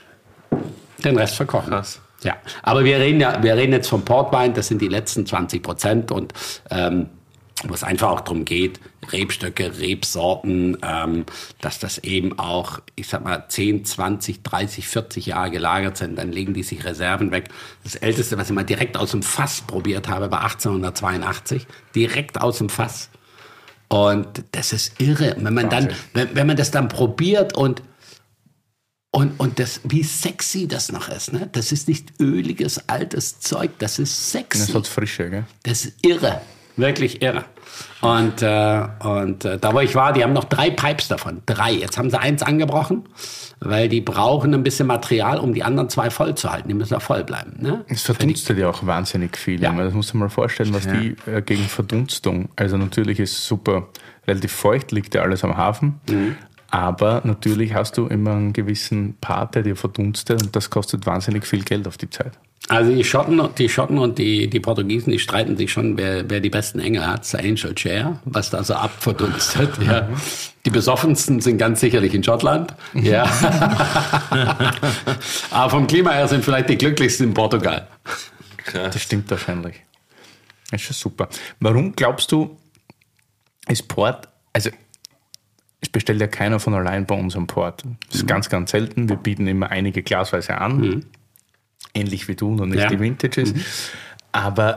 Krass. Ja, aber wir reden jetzt vom Portwein, das sind die letzten 20% und wo es einfach auch darum geht, Rebstöcke, Rebsorten, dass das eben auch, ich sag mal, 10, 20, 30, 40 Jahre gelagert sind, dann legen die sich Reserven weg. Das Älteste, was ich mal direkt aus dem Fass probiert habe, war 1882, direkt aus dem Fass. Und das ist irre, wenn man das dann probiert und das, wie sexy das noch ist, ne? Das ist nicht öliges, altes Zeug, das ist sexy. Das hat Frische, gell? Das ist irre, wirklich irre. Und da, wo ich war, die haben noch 3 Pipes davon. 3. Jetzt haben sie 1 angebrochen, weil die brauchen ein bisschen Material, um die anderen 2 voll zu halten. Die müssen ja voll bleiben. Ne? Es verdunstet ja auch wahnsinnig viel. Ja. Das musst du mal vorstellen, was die gegen Verdunstung, also natürlich ist es super, relativ feucht, liegt ja alles am Hafen. Mhm. Aber natürlich hast du immer einen gewissen Part, der dir verdunstet und das kostet wahnsinnig viel Geld auf die Zeit. Also die Schotten und die Portugiesen, die streiten sich schon, wer die besten Engel hat, der Angel Chair, was da so abverdunstet. Ja. Die besoffensten sind ganz sicherlich in Schottland. Ja. Aber vom Klima her sind vielleicht die glücklichsten in Portugal. Das stimmt wahrscheinlich. Das ist schon super. Warum glaubst du, ist Port, also es bestellt ja keiner von allein bei uns am Port. Das ist ganz, ganz selten. Wir bieten immer einige glasweise an. Mhm. Ähnlich wie du, noch nicht die Vintages. Mhm. Aber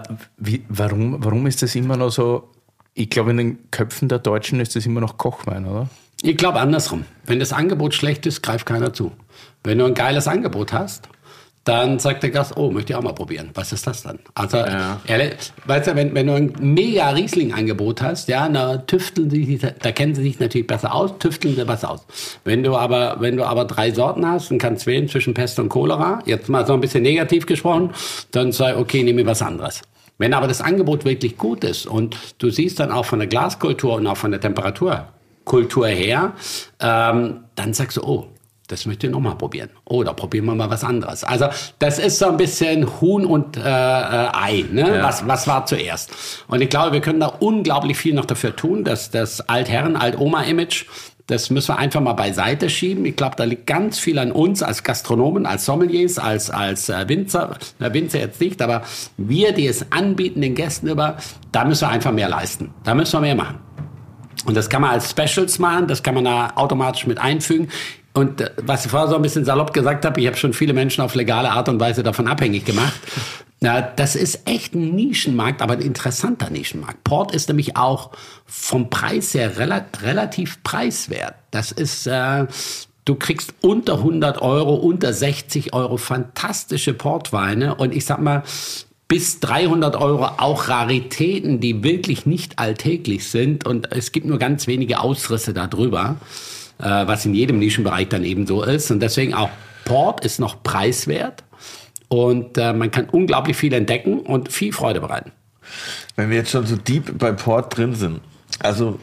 warum ist das immer noch so? Ich glaube, in den Köpfen der Deutschen ist das immer noch Kochwein, oder? Ich glaube andersrum. Wenn das Angebot schlecht ist, greift keiner zu. Wenn du ein geiles Angebot hast, dann sagt der Gast, oh, möchte ich auch mal probieren. Was ist das dann? Also, weißt du, wenn du ein mega Riesling-Angebot hast, ja, da kennen sie sich natürlich besser aus, tüfteln sie besser aus. Wenn du aber 3 Sorten hast und kannst wählen zwischen Pest und Cholera, jetzt mal so ein bisschen negativ gesprochen, dann sag, okay, nehme ich was anderes. Wenn aber das Angebot wirklich gut ist und du siehst dann auch von der Glaskultur und auch von der Temperaturkultur her, dann sagst du, oh, das möchte ich noch mal probieren. Oh, da probieren wir mal was anderes. Also das ist so ein bisschen Huhn und Ei. Ne? Ja. Was war zuerst? Und ich glaube, wir können da unglaublich viel noch dafür tun, dass das Altherren-, Alt-Oma-Image, das müssen wir einfach mal beiseite schieben. Ich glaube, da liegt ganz viel an uns als Gastronomen, als Sommeliers, als Winzer. Winzer jetzt nicht, aber wir, die es anbieten den Gästen über, da müssen wir einfach mehr leisten. Da müssen wir mehr machen. Und das kann man als Specials machen, das kann man da automatisch mit einfügen. Und was ich vorher so ein bisschen salopp gesagt habe, ich habe schon viele Menschen auf legale Art und Weise davon abhängig gemacht. Na, das ist echt ein Nischenmarkt, aber ein interessanter Nischenmarkt. Port ist nämlich auch vom Preis her relativ preiswert. Das ist, du kriegst unter 100 Euro, unter 60 Euro fantastische Portweine. Und ich sag mal, bis 300 Euro auch Raritäten, die wirklich nicht alltäglich sind. Und es gibt nur ganz wenige Ausrisse darüber, was in jedem Nischenbereich dann eben so ist. Und deswegen auch Port ist noch preiswert und man kann unglaublich viel entdecken und viel Freude bereiten. Wenn wir jetzt schon so deep bei Port drin sind, also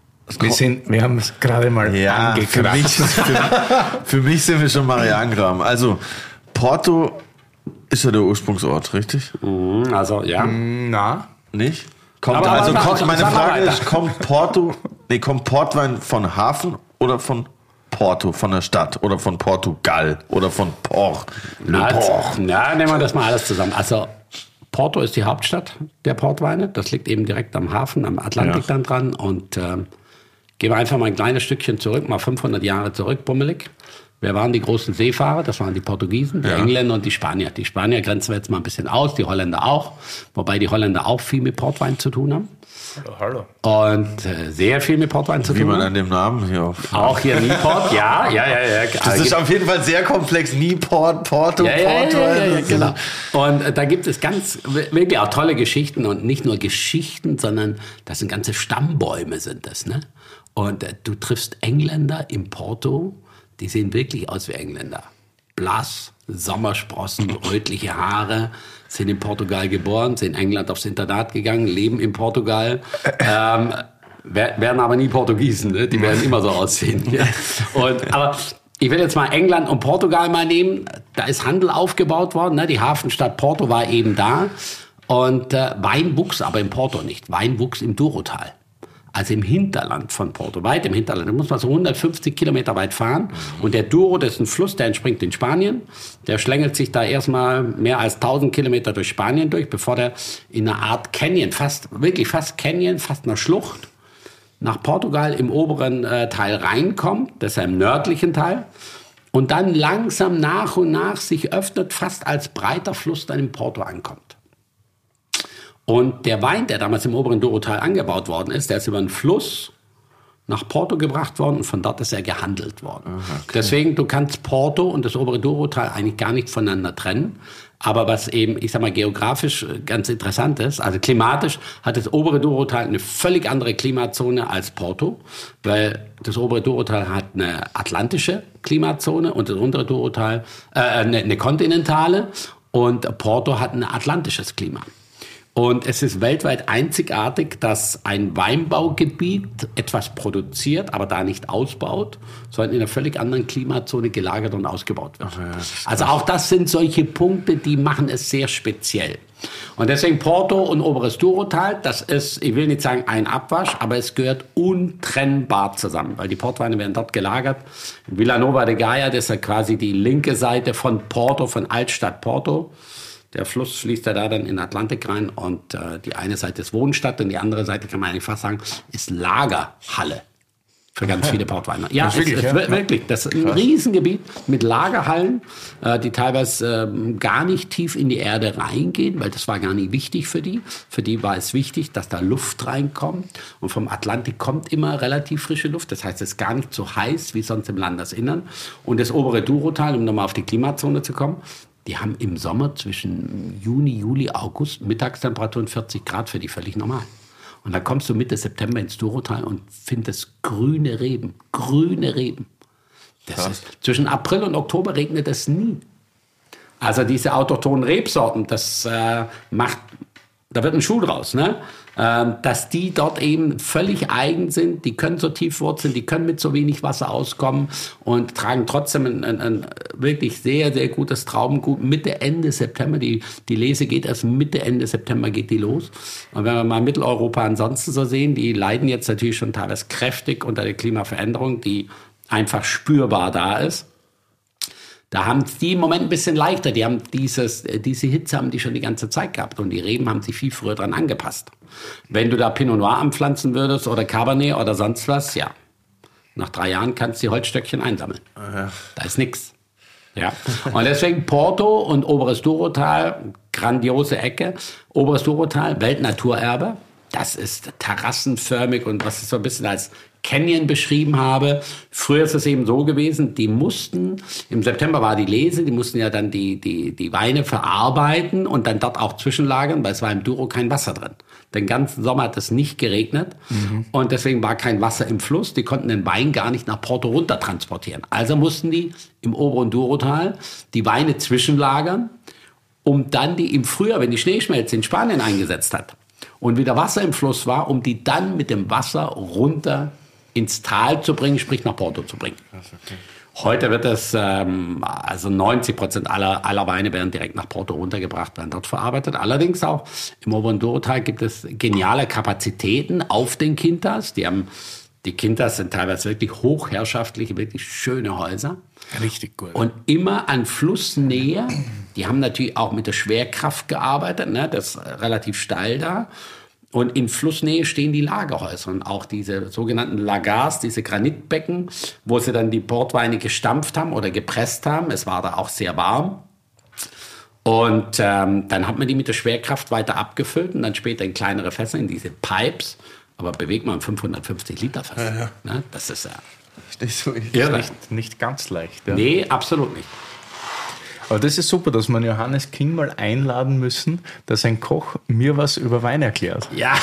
wir haben es gerade mal angekratzt. Für mich sind wir schon Marianengraben. Also Porto ist ja der Ursprungsort, richtig? Also ja. Na, nicht? Meine Frage ist, kommt Portwein von Hafen oder von Porto, von der Stadt oder von Portugal oder von Port? Nehmen wir das mal alles zusammen. Also Porto ist die Hauptstadt der Portweine. Das liegt eben direkt am Hafen, am Atlantik dann dran. Und gehen wir einfach mal ein kleines Stückchen zurück, mal 500 Jahre zurück, bummelig. Wer waren die großen Seefahrer? Das waren die Portugiesen, die Engländer und die Spanier. Die Spanier grenzen wir jetzt mal ein bisschen aus, die Holländer auch. Wobei die Holländer auch viel mit Portwein zu tun haben. Hallo. Und sehr viel mit Portwein zu tun. Wie man an dem Namen hier auch hier Nieport, ja. Das ist auf jeden Fall sehr komplex. Nieport, Porto, Portwein. Ja, genau. Und da gibt es wirklich auch tolle Geschichten und nicht nur Geschichten, sondern das sind ganze Stammbäume sind das, ne? Und du triffst Engländer im Porto, die sehen wirklich aus wie Engländer. Blass, Sommersprossen, rötliche Haare, sind in Portugal geboren, sind in England aufs Internat gegangen, leben in Portugal, werden aber nie Portugiesen, ne? Die werden immer so aussehen. Ja. Aber ich will jetzt mal England und Portugal mal nehmen, da ist Handel aufgebaut worden, ne? Die Hafenstadt Porto war eben da und Wein wuchs aber in Porto nicht, Wein wuchs im Dourotal. Also im Hinterland von Porto, weit im Hinterland. Da muss man so 150 Kilometer weit fahren. Und der Douro, das ist ein Fluss, der entspringt in Spanien. Der schlängelt sich da erstmal mehr als 1000 Kilometer durch Spanien durch, bevor der in einer Art Canyon, fast Canyon, fast einer Schlucht, nach Portugal im oberen Teil reinkommt. Das ist ja im nördlichen Teil. Und dann langsam nach und nach sich öffnet, fast als breiter Fluss dann in Porto ankommt. Und der Wein, der damals im oberen Douro-Tal angebaut worden ist, der ist über einen Fluss nach Porto gebracht worden und von dort ist er gehandelt worden. Aha, okay. Deswegen, du kannst Porto und das obere Douro-Tal eigentlich gar nicht voneinander trennen. Aber was eben, ich sag mal, geografisch ganz interessant ist, also klimatisch hat das obere Douro-Tal eine völlig andere Klimazone als Porto, weil das obere Douro-Tal hat eine atlantische Klimazone und das untere Douro-Tal eine kontinentale und Porto hat ein atlantisches Klima. Und es ist weltweit einzigartig, dass ein Weinbaugebiet etwas produziert, aber da nicht ausbaut, sondern in einer völlig anderen Klimazone gelagert und ausgebaut wird. Ja, also auch das sind solche Punkte, die machen es sehr speziell. Und deswegen Porto und oberes Douro-Tal, das ist, ich will nicht sagen ein Abwasch, aber es gehört untrennbar zusammen, weil die Portweine werden dort gelagert. Vilanova de Gaia, das ist ja quasi die linke Seite von Porto, von Altstadt Porto. Der Fluss fließt ja da dann in den Atlantik rein und die eine Seite ist Wohnstadt und die andere Seite, kann man eigentlich fast sagen, ist Lagerhalle für ganz viele Portweine. Ja, das ist wirklich. Das ist ein Riesengebiet mit Lagerhallen, die teilweise gar nicht tief in die Erde reingehen, weil das war gar nicht wichtig für die. Für die war es wichtig, dass da Luft reinkommt und vom Atlantik kommt immer relativ frische Luft. Das heißt, es ist gar nicht so heiß wie sonst im Landesinnern. Und das obere Douro-Tal, um nochmal auf die Klimazone zu kommen, die haben im Sommer zwischen Juni, Juli, August Mittagstemperaturen 40 Grad für die völlig normal. Und dann kommst du Mitte September ins Douro-Tal und findest grüne Reben. Grüne Reben. Das ist, zwischen April und Oktober regnet es nie. Also diese autochthonen Rebsorten, das macht, da wird ein Schuh draus, ne? Dass die dort eben völlig eigen sind, die können so tief wurzeln, die können mit so wenig Wasser auskommen und tragen trotzdem ein wirklich sehr, sehr gutes Traubengut. Mitte, Ende September, die Lese geht erst Mitte, Ende September geht die los. Und wenn wir mal Mitteleuropa ansonsten so sehen, die leiden jetzt natürlich schon teilweise kräftig unter der Klimaveränderung, die einfach spürbar da ist. Da haben die im Moment ein bisschen leichter. Die haben diese Hitze haben die schon die ganze Zeit gehabt und die Reben haben sich viel früher dran angepasst. Wenn du da Pinot Noir anpflanzen würdest oder Cabernet oder sonst was, ja, nach 3 Jahren kannst du die Holzstöckchen einsammeln. Ja. Da ist nichts. Ja. Und deswegen Porto und oberes Douro-Tal, grandiose Ecke. Oberes Douro-Tal, Weltnaturerbe. Das ist terrassenförmig und was ich so ein bisschen als Canyon beschrieben habe. Früher ist es eben so gewesen, die mussten, im September war die Lese, die mussten ja dann die Weine verarbeiten und dann dort auch zwischenlagern, weil es war im Douro kein Wasser drin. Den ganzen Sommer hat es nicht geregnet und deswegen war kein Wasser im Fluss. Die konnten den Wein gar nicht nach Porto runter transportieren. Also mussten die im oberen Douro-Tal die Weine zwischenlagern, um dann die im Frühjahr, wenn die Schneeschmelze in Spanien eingesetzt hat und wieder Wasser im Fluss war, um die dann mit dem Wasser runter ins Tal zu bringen, sprich nach Porto zu bringen. Okay. Heute wird es, also 90% aller Weine werden direkt nach Porto runtergebracht, werden dort verarbeitet. Allerdings auch im oberen Douro-Tal gibt es geniale Kapazitäten auf den Quintas. Die Quintas sind teilweise wirklich hochherrschaftliche, wirklich schöne Häuser. Richtig gut. Und immer an Flussnähe. Die haben natürlich auch mit der Schwerkraft gearbeitet, ne? Das ist relativ steil da. Und in Flussnähe stehen die Lagerhäuser und auch diese sogenannten Lagars, diese Granitbecken, wo sie dann die Portweine gestampft haben oder gepresst haben. Es war da auch sehr warm. Und dann hat man die mit der Schwerkraft weiter abgefüllt und dann später in kleinere Fässer, in diese Pipes. Aber bewegt man 550 Liter Fass. Ja. Ne? Das ist nicht ganz leicht. Ja. Nee, absolut nicht. Aber das ist super, dass wir Johannes King mal einladen müssen, dass ein Koch mir was über Wein erklärt. Ja,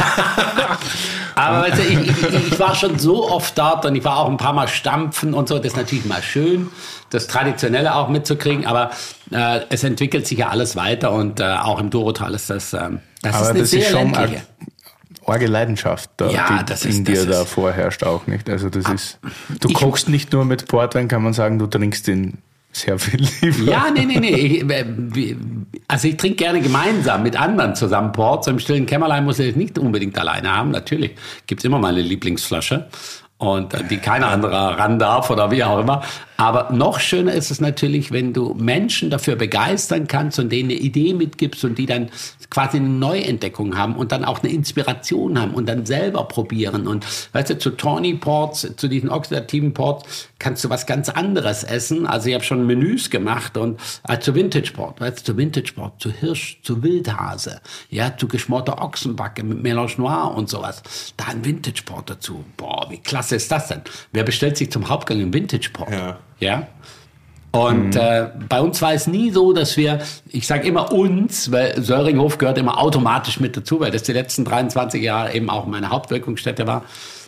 aber weißt du, ich war schon so oft dort und ich war auch ein paar Mal stampfen und so. Das ist natürlich mal schön, das Traditionelle auch mitzukriegen, aber es entwickelt sich ja alles weiter und auch im Douro-Tal ist das ist eine sehr ländliche. Arge Leidenschaft, die in dir da vorherrscht auch nicht. Also das ist, du kochst nicht nur mit Portwein, kann man sagen, du trinkst den sehr viel lieber. Ja, nee. Also ich trinke gerne gemeinsam mit anderen zusammen Port. So im stillen Kämmerlein muss ich es nicht unbedingt alleine haben. Natürlich gibt es immer meine Lieblingsflasche und die keiner anderer ran darf oder wie auch immer. Aber noch schöner ist es natürlich, wenn du Menschen dafür begeistern kannst und denen eine Idee mitgibst und die dann quasi eine Neuentdeckung haben und dann auch eine Inspiration haben und dann selber probieren. Und weißt du, zu Tawny Ports, zu diesen oxidativen Ports, kannst du was ganz anderes essen. Also ich habe schon Menüs gemacht und zu Vintage Port, weißt du, zu Vintage Port, zu Hirsch, zu Wildhase, ja, zu geschmorter Ochsenbacke mit Mélange Noir und sowas. Da ein Vintage Port dazu. Boah, wie klasse ist das denn? Wer bestellt sich zum Hauptgang einen Vintage Port? Ja? Und bei uns war es nie so, dass wir, ich sage immer uns, weil Söringhof gehört immer automatisch mit dazu, weil das die letzten 23 Jahre eben auch meine Hauptwirkungsstätte war.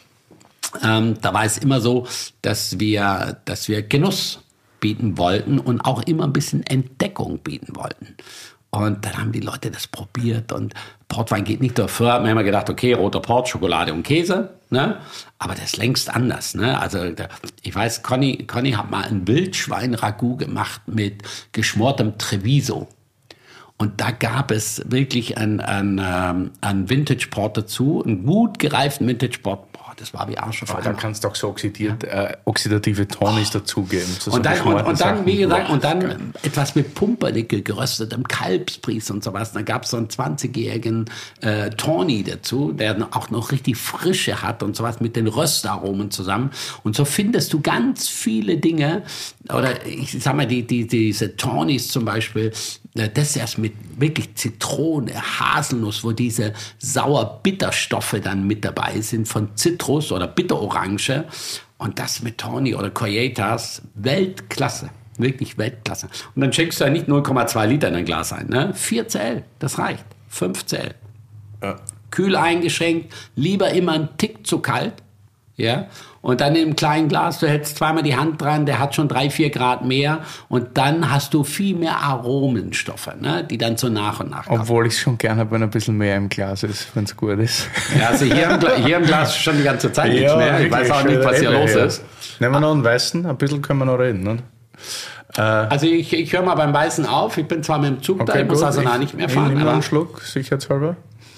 Da war es immer so, dass wir Genuss bieten wollten und auch immer ein bisschen Entdeckung bieten wollten. Und dann haben die Leute das probiert und Portwein geht nicht nur. Früher hat man immer gedacht, okay, roter Port, Schokolade und Käse, ne? Aber das ist längst anders, ne? Also ich weiß, Conny hat mal ein Wildschwein-Ragout gemacht mit geschmortem Treviso. Und da gab es wirklich ein Vintage Port dazu, einen gut gereiften Vintage Port. Das war wie Arsch auf Eimer. Dann kannst du auch so oxidative Tonis dazugeben. Und dann, wie gesagt, und dann etwas mit Pumpernickel, geröstetem Kalbsbries und sowas. Dann gab es so einen 20-jährigen Tawny dazu, der auch noch richtig Frische hat und sowas mit den Röstaromen zusammen. Und so findest du ganz viele Dinge, oder ich sag mal, diese Tawnys zum Beispiel, das erst mit wirklich Zitrone, Haselnuss, wo diese sauer-Bitterstoffe dann mit dabei sind von Zitrus oder Bitterorange. Und das mit Tawny oder Coyetas, Weltklasse. Wirklich Weltklasse. Und dann schenkst du ja nicht 0,2 Liter in ein Glas ein, ne? 4 Cl, das reicht. 5 Cl. Ja. Kühl eingeschenkt, lieber immer einen Tick zu kalt. Ja, und dann in einem kleinen Glas, du hältst zweimal die Hand dran, der hat schon 3-4 Grad mehr und dann hast du viel mehr Aromenstoffe, ne, die dann so nach und nach kommen. Obwohl ich es schon gerne habe, wenn ein bisschen mehr im Glas ist, wenn es gut ist. Ja, also hier im Glas schon die ganze Zeit nichts mehr. Ich weiß auch nicht, was hier los ist. Nehmen wir noch einen Weißen, ein bisschen können wir noch reden. Ne? Also ich höre mal beim Weißen auf, ich bin zwar mit dem Zug da, ich muss also nicht mehr fahren. Ich nehme einen Schluck, sicherheitshalber.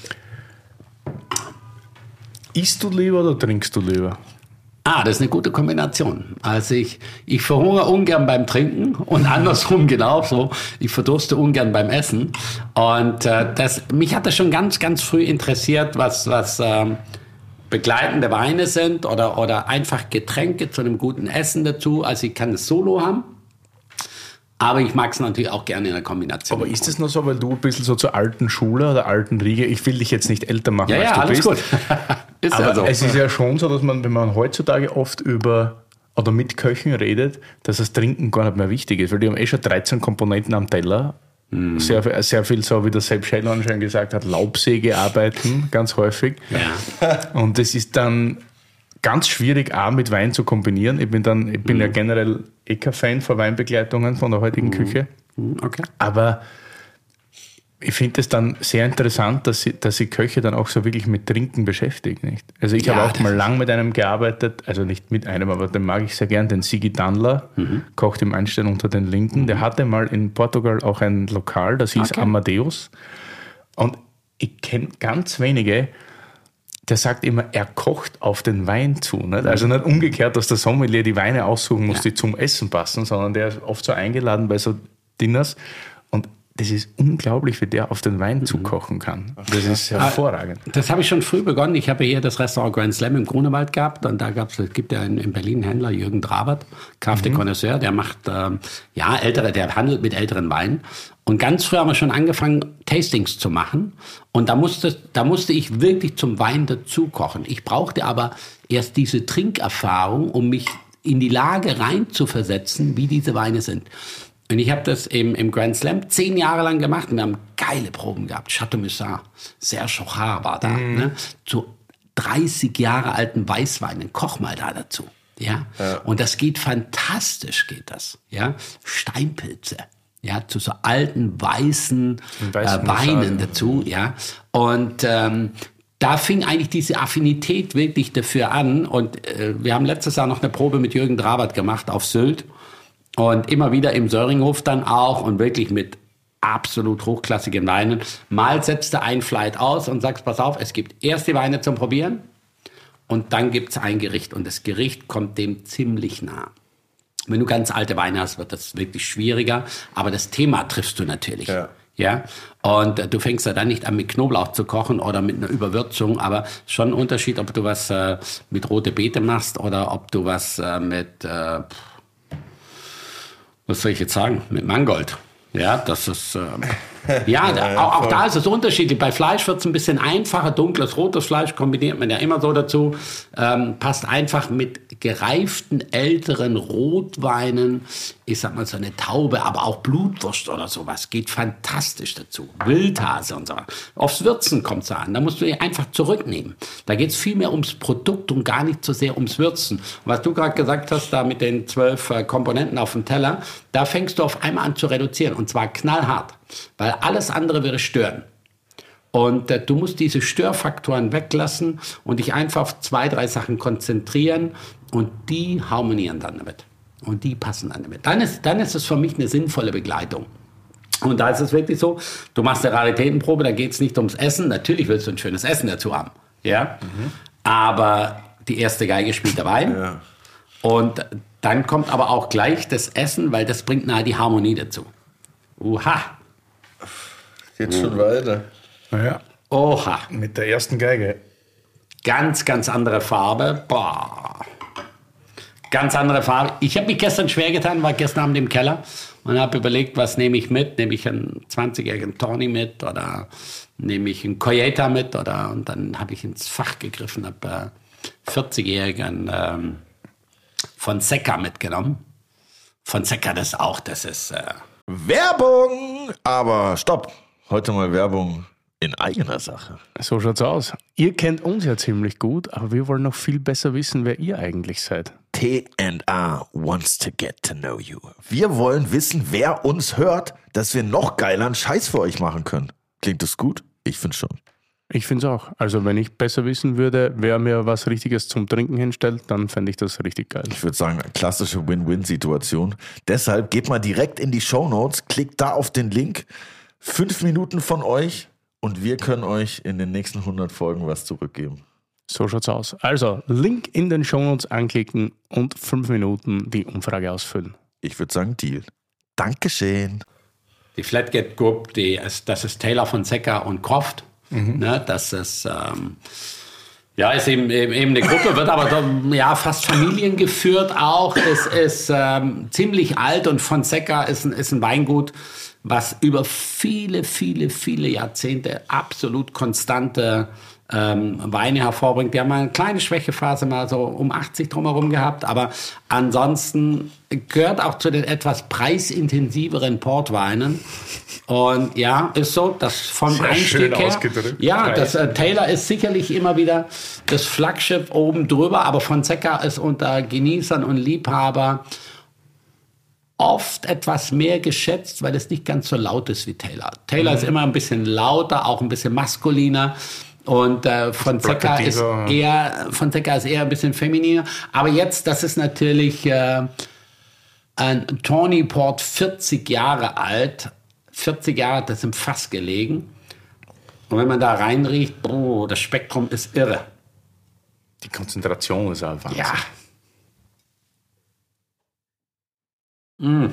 Isst du lieber oder trinkst du lieber? Das ist eine gute Kombination. Also ich verhungere ungern beim Trinken und andersrum genauso. Ich verdurste ungern beim Essen. Und mich hat das schon ganz, ganz früh interessiert, was begleitende Weine sind oder einfach Getränke zu einem guten Essen dazu. Also ich kann das solo haben. Aber ich mag es natürlich auch gerne in der Kombination. Aber ist das nur so, weil du ein bisschen so zur alten Schule oder alten Riege, ich will dich jetzt nicht älter machen, als du alles bist. Gut. Ist aber ja so. Es ist ja schon so, dass man, wenn man heutzutage oft über oder mit Köchen redet, dass das Trinken gar nicht mehr wichtig ist, weil die haben schon 13 Komponenten am Teller. Sehr, sehr viel, so wie der Sepp Schellhorn schon gesagt hat, Laubsäge arbeiten, ganz häufig. Ja. Und das ist dann ganz schwierig, auch mit Wein zu kombinieren. Ich bin ja generell kein Fan von Weinbegleitungen von der heutigen Küche. Okay. Aber ich finde es dann sehr interessant, dass sie Köche dann auch so wirklich mit Trinken beschäftigen. Nicht? Also ich habe auch mal lang mit einem gearbeitet, also nicht mit einem, aber den mag ich sehr gern, den Sigi Dandler, kocht im Einstein unter den Linden. Der hatte mal in Portugal auch ein Lokal, das hieß Amadeus. Und ich kenne ganz wenige, der sagt immer, er kocht auf den Wein zu. Nicht? Also nicht umgekehrt, dass der Sommelier die Weine aussuchen muss, die zum Essen passen, sondern der ist oft so eingeladen bei so Dinners. Und das ist unglaublich, wie der auf den Wein zukochen kann. Das ist hervorragend. Das habe ich schon früh begonnen. Ich habe hier das Restaurant Grand Slam im Grunewald gehabt. Und da gibt ja in Berlin einen Händler, Jürgen Drabert, Cave de Connoisseur, der macht der handelt mit älteren Weinen. Und ganz früh haben wir schon angefangen, Tastings zu machen. Und da musste ich wirklich zum Wein dazu kochen. Ich brauchte aber erst diese Trinkerfahrung, um mich in die Lage reinzuversetzen, wie diese Weine sind. Und ich habe das im Grand Slam 10 Jahre lang gemacht und wir haben geile Proben gehabt. Chateau Musat, Serge Hochard war da. Ne? Zu 30 Jahre alten Weißweinen, koch mal da dazu. Ja? Und das geht fantastisch, geht das. Ja? Steinpilze. Ja, zu so alten, weißen Weinen dazu. Ja. Und da fing eigentlich diese Affinität wirklich dafür an. Und wir haben letztes Jahr noch eine Probe mit Jürgen Drabert gemacht auf Sylt. Und immer wieder im Söringhof dann auch und wirklich mit absolut hochklassigen Weinen. Mal setzt du ein Flight aus und sagst, pass auf, es gibt erst die Weine zum Probieren und dann gibt es ein Gericht. Und das Gericht kommt dem ziemlich nah. Wenn du ganz alte Weine hast, wird das wirklich schwieriger. Aber das Thema triffst du natürlich. Ja. Und du fängst ja dann nicht an, mit Knoblauch zu kochen oder mit einer Überwürzung. Aber schon ein Unterschied, ob du was mit rote Beete machst oder ob du was mit, was soll ich jetzt sagen, mit Mangold. Ja, das ist, auch da ist es unterschiedlich. Bei Fleisch wird es ein bisschen einfacher. Dunkles, rotes Fleisch kombiniert man ja immer so dazu. Passt einfach mit gereiften, älteren Rotweinen. Ich sag mal so eine Taube, aber auch Blutwurst oder sowas. Geht fantastisch dazu. Wildhase und so. Aufs Würzen kommt es an. Da musst du dich einfach zurücknehmen. Da geht es viel mehr ums Produkt und gar nicht so sehr ums Würzen. Und was du gerade gesagt hast, da mit den 12 Komponenten auf dem Teller, da fängst du auf einmal an zu reduzieren. Und zwar knallhart. Weil alles andere würde stören. Und du musst diese Störfaktoren weglassen und dich einfach auf 2, 3 Sachen konzentrieren und die harmonieren dann damit. Und die passen dann damit. Dann ist es für mich eine sinnvolle Begleitung. Und da ist es wirklich so, du machst eine Raritätenprobe, da geht es nicht ums Essen. Natürlich willst du ein schönes Essen dazu haben. Ja? Aber die erste Geige spielt der Wein. Ja. Und dann kommt aber auch gleich das Essen, weil das bringt nahe die Harmonie dazu. Uha. Geht schon weiter. Ja. Oha. Mit der ersten Geige. Ganz, ganz andere Farbe. Boah. Ganz andere Farbe. Ich habe mich gestern schwer getan, war gestern Abend im Keller und habe überlegt, was nehme ich mit? Nehme ich einen 20-jährigen Tawny mit oder nehme ich einen Coyeta mit? Und dann habe ich ins Fach gegriffen, habe 40-jährigen Fonseca mitgenommen. Fonseca, das ist... Werbung! Aber stopp! Heute mal Werbung in eigener Sache. So schaut's aus. Ihr kennt uns ja ziemlich gut, aber wir wollen noch viel besser wissen, wer ihr eigentlich seid. T&A wants to get to know you. Wir wollen wissen, wer uns hört, dass wir noch geileren Scheiß für euch machen können. Klingt das gut? Ich finde schon. Ich finde es auch. Also wenn ich besser wissen würde, wer mir was Richtiges zum Trinken hinstellt, dann fände ich das richtig geil. Ich würde sagen, eine klassische Win-Win-Situation. Deshalb geht mal direkt in die Shownotes, klickt da auf den Link, 5 Minuten von euch und wir können euch in den nächsten 100 Folgen was zurückgeben. So schaut's aus. Also, Link in den Shownotes anklicken und 5 Minuten die Umfrage ausfüllen. Ich würde sagen, Deal. Dankeschön. Die Flatgate Group, das ist Taylor Fonseca und Croft. Ne, das ist, ist eben eine Gruppe, wird aber fast familiengeführt auch. Es ist ziemlich alt und Fonseca ist ein Weingut, was über viele, viele, viele Jahrzehnte absolut konstante Weine hervorbringt. Die haben mal eine kleine Schwächephase mal so um 80 drumherum gehabt, aber ansonsten gehört auch zu den etwas preisintensiveren Portweinen. Und ja, ist so, das vom sehr Einstieg her. Ja, das Taylor ist sicherlich immer wieder das Flaggschiff oben drüber, aber Fonseca ist unter Genießern und Liebhaber oft etwas mehr geschätzt, weil es nicht ganz so laut ist wie Taylor. Taylor ist immer ein bisschen lauter, auch ein bisschen maskuliner. Und Fonseca ist eher ein bisschen femininer. Aber jetzt, das ist natürlich ein Tawny Port, 40 Jahre alt. 40 Jahre hat das im Fass gelegen. Und wenn man da reinriecht, das Spektrum ist irre. Die Konzentration ist einfach Wahnsinn. Ja.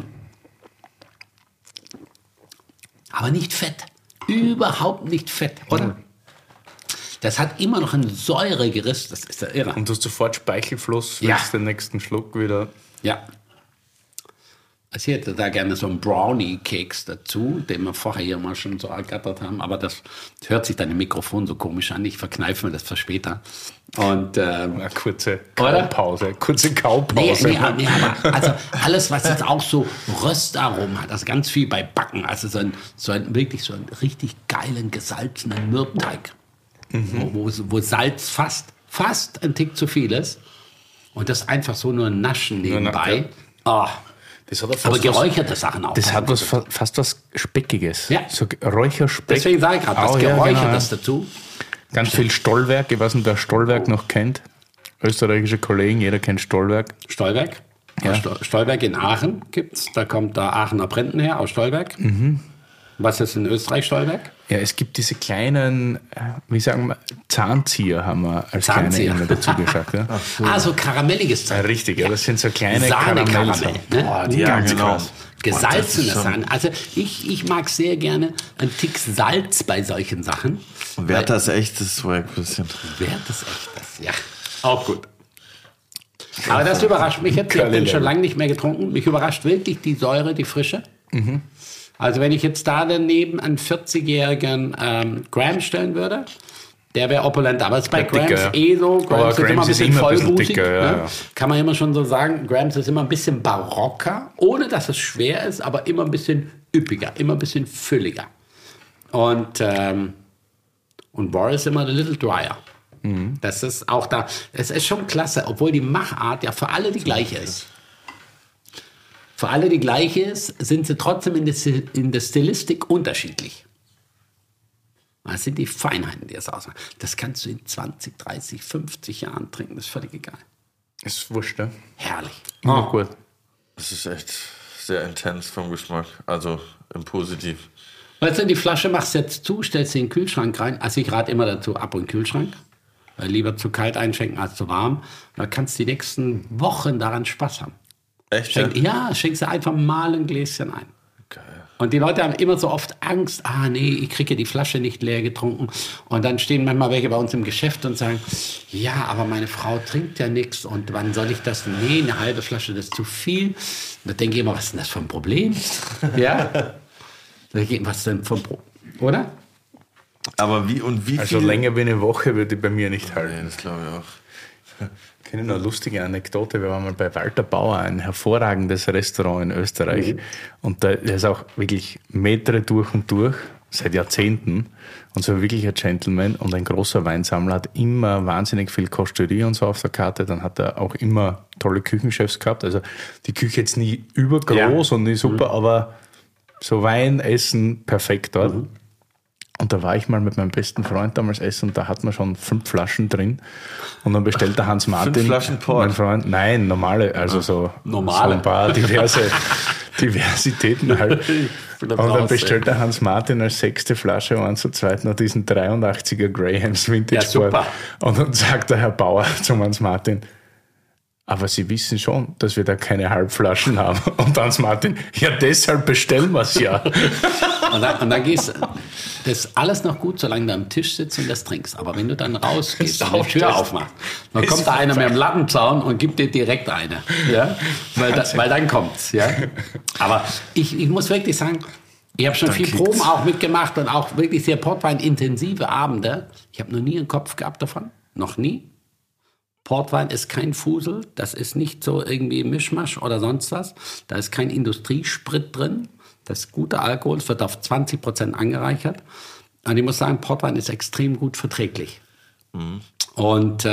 Aber nicht fett. Überhaupt nicht fett, oder? Das hat immer noch ein Säuregeriss, das ist ja irre. Und du hast sofort Speichelfluss, willst den nächsten Schluck wieder. Ja. Also ich hätte da gerne so einen Brownie-Keks dazu, den wir vorher hier mal schon so ergattert haben, aber das hört sich dann im Mikrofon so komisch an, ich verkneife mir das für später. Und eine kurze Kaupause. Nee, aber also alles, was jetzt auch so Röstaromen hat, also ganz viel bei Backen, also so ein wirklich so einen richtig geilen, gesalzenen Mürbteig. Wo Salz fast ein Tick zu viel ist. Und das einfach so nur naschen nebenbei. Das hat aber geräucherte Sachen auch. Das hat fast was Speckiges. Ja. So Räucherspeck. Deswegen sage ich gerade, was Geräuchertes dazu. Ganz viel Stollwerk. Ich weiß nicht, wer Stollwerk noch kennt. Österreichische Kollegen, jeder kennt Stollwerk. Stolberg? Ja. Stolberg in Aachen gibt's. Da kommt der Aachener Brenten her, aus Stolberg. Was ist in Österreich Stolberg? Ja, es gibt diese kleinen, wie sagen wir, Zahnzieher haben wir als kleine immer dazu gesagt. Ja? So karamelliges Zeug. Ja, richtig, ja, das sind so kleine Sahne-Karamell. Ne? Boah, die ganz krass. Gesalzene Sahne. Also ich mag sehr gerne einen Tick Salz bei solchen Sachen. Und Werthers echtes Swag ein bisschen. Werthers echtes, ja. Auch gut. Aber das überrascht mich jetzt. Ich habe den schon lange nicht mehr getrunken. Mich überrascht wirklich die Säure, die Frische. Mhm. Also wenn ich jetzt da daneben einen 40-jährigen Graham stellen würde, der wäre opulent. Aber es ist bei Grahams so. Grahams ist immer ein bisschen vollbutig. Ne? Kann man immer schon so sagen. Grahams ist immer ein bisschen barocker, ohne dass es schwer ist, aber immer ein bisschen üppiger, immer ein bisschen fülliger. Und Boris ist immer a little drier. Mhm. Das ist auch da. Es ist schon klasse, obwohl die Machart ja für alle die gleiche ist. Für alle die gleiche ist, sind sie trotzdem in der Stilistik unterschiedlich. Das sind die Feinheiten, die es ausmachen. Das kannst du in 20, 30, 50 Jahren trinken, das ist völlig egal. Ist wurscht, ne? Herrlich. Oh, gut. Das ist echt sehr intens vom Geschmack, also im Positiv. Weißt du, die Flasche machst du jetzt zu, stellst sie in den Kühlschrank rein. Also ich rate immer dazu, ab in den Kühlschrank. Lieber zu kalt einschenken als zu warm. Da kannst du die nächsten Wochen daran Spaß haben. Echt? Schenk sie einfach mal ein Gläschen ein. Geil. Und die Leute haben immer so oft Angst, ich kriege die Flasche nicht leer getrunken. Und dann stehen manchmal welche bei uns im Geschäft und sagen, ja, aber meine Frau trinkt ja nichts und wann soll ich das? Nee, eine halbe Flasche, das ist zu viel. Und da denke ich immer, was ist denn das für ein Problem? Ja? Was denn für ein Problem? Oder? Aber wie viel? Also länger wie eine Woche würde ich bei mir nicht halten. Nee, das glaube ich auch. Ich kenne noch eine lustige Anekdote. Wir waren mal bei Walter Bauer, ein hervorragendes Restaurant in Österreich. Mhm. Und der ist auch wirklich Metre durch und durch, seit Jahrzehnten. Und so wirklich ein Gentleman und ein großer Weinsammler, hat immer wahnsinnig viel Kosterie und so auf der Karte. Dann hat er auch immer tolle Küchenchefs gehabt. Also die Küche jetzt nie übergroß und nie super, aber so Wein, Essen, perfekt dort. Mhm. Und da war ich mal mit meinem besten Freund damals essen und da hat man schon 5 Flaschen drin. Und dann bestellt der Hans Martin. 5 Flaschen Port? Mein Freund, nein, normale, also so ein paar Diversitäten halt. Und dann bestellt der Hans Martin als 6. Flasche und zu zweit noch diesen 83er Grahams Vintage Port. Und dann sagt der Herr Bauer zum Hans Martin, aber Sie wissen schon, dass wir da keine Halbflaschen haben. Und Hans Martin, ja, deshalb bestellen wir es ja. Und dann gehst du, das ist alles noch gut, solange du am Tisch sitzt und das trinkst. Aber wenn du dann rausgehst und die Tür aufmachst, dann kommt da einer mit dem Lattenzaun und gibt dir direkt eine. Ja? Weil dann kommt's. Ja? Aber ich muss wirklich sagen, ich habe schon viel Proben auch mitgemacht und auch wirklich sehr Portwein-intensive Abende. Ich habe noch nie einen Kopf gehabt davon. Noch nie. Portwein ist kein Fusel, das ist nicht so irgendwie Mischmasch oder sonst was. Da ist kein Industriesprit drin. Das ist guter Alkohol, es wird auf 20% angereichert. Und ich muss sagen, Portwein ist extrem gut verträglich. Mhm. Und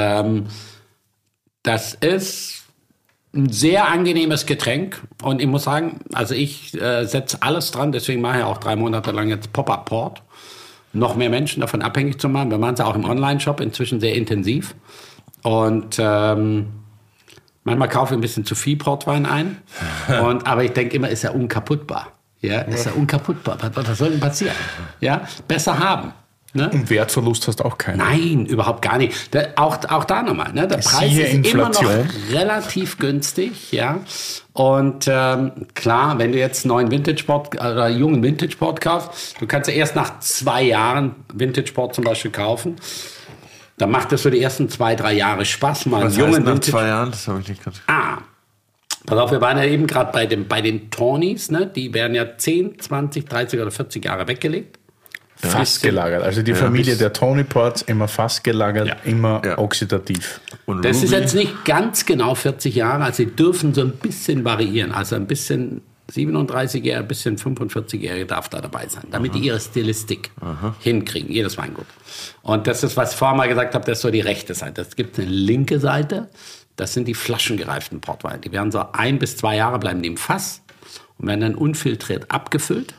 das ist ein sehr angenehmes Getränk. Und ich muss sagen, also ich setze alles dran, deswegen mache ich auch 3 Monate lang jetzt Pop-Up-Port. Noch mehr Menschen davon abhängig zu machen. Wir machen es auch im Online-Shop inzwischen sehr intensiv. Und manchmal kaufe ich ein bisschen zu viel Portwein ein. Aber ich denke immer, ist er unkaputtbar. Ja, ist er unkaputtbar. Was soll denn passieren? Ja, besser haben. Ne? Und Wertverlust hast du auch keinen. Nein, überhaupt gar nicht. Auch da nochmal. Ne? Der Preis ist immer noch relativ günstig. Ja? Und klar, wenn du jetzt einen neuen Vintage-Port oder jungen Vintage-Port kaufst, du kannst ja erst nach 2 Jahren Vintage-Port zum Beispiel kaufen. Dann macht es für die ersten 2-3 Jahre Spaß. Mal was heißt nach 2 Jahren? Das habe ich nicht ganz. Pass auf, wir waren ja eben gerade bei den Tonys, ne? Die werden ja 10, 20, 30 oder 40 Jahre weggelegt. Fast gelagert. Also die Familie der Tony Ports immer fast gelagert, immer oxidativ. Und das ist jetzt nicht ganz genau 40 Jahre, also sie dürfen so ein bisschen variieren. Also ein bisschen 37-Jährige, ein bisschen 45-Jährige darf da dabei sein, damit die ihre Stilistik hinkriegen, jedes Weingut. Und das ist, was ich vorher mal gesagt habe, das ist so die rechte Seite. Es gibt eine linke Seite, das sind die flaschengereiften Portweine. Die werden so 1 bis 2 Jahre bleiben die im Fass und werden dann unfiltriert abgefüllt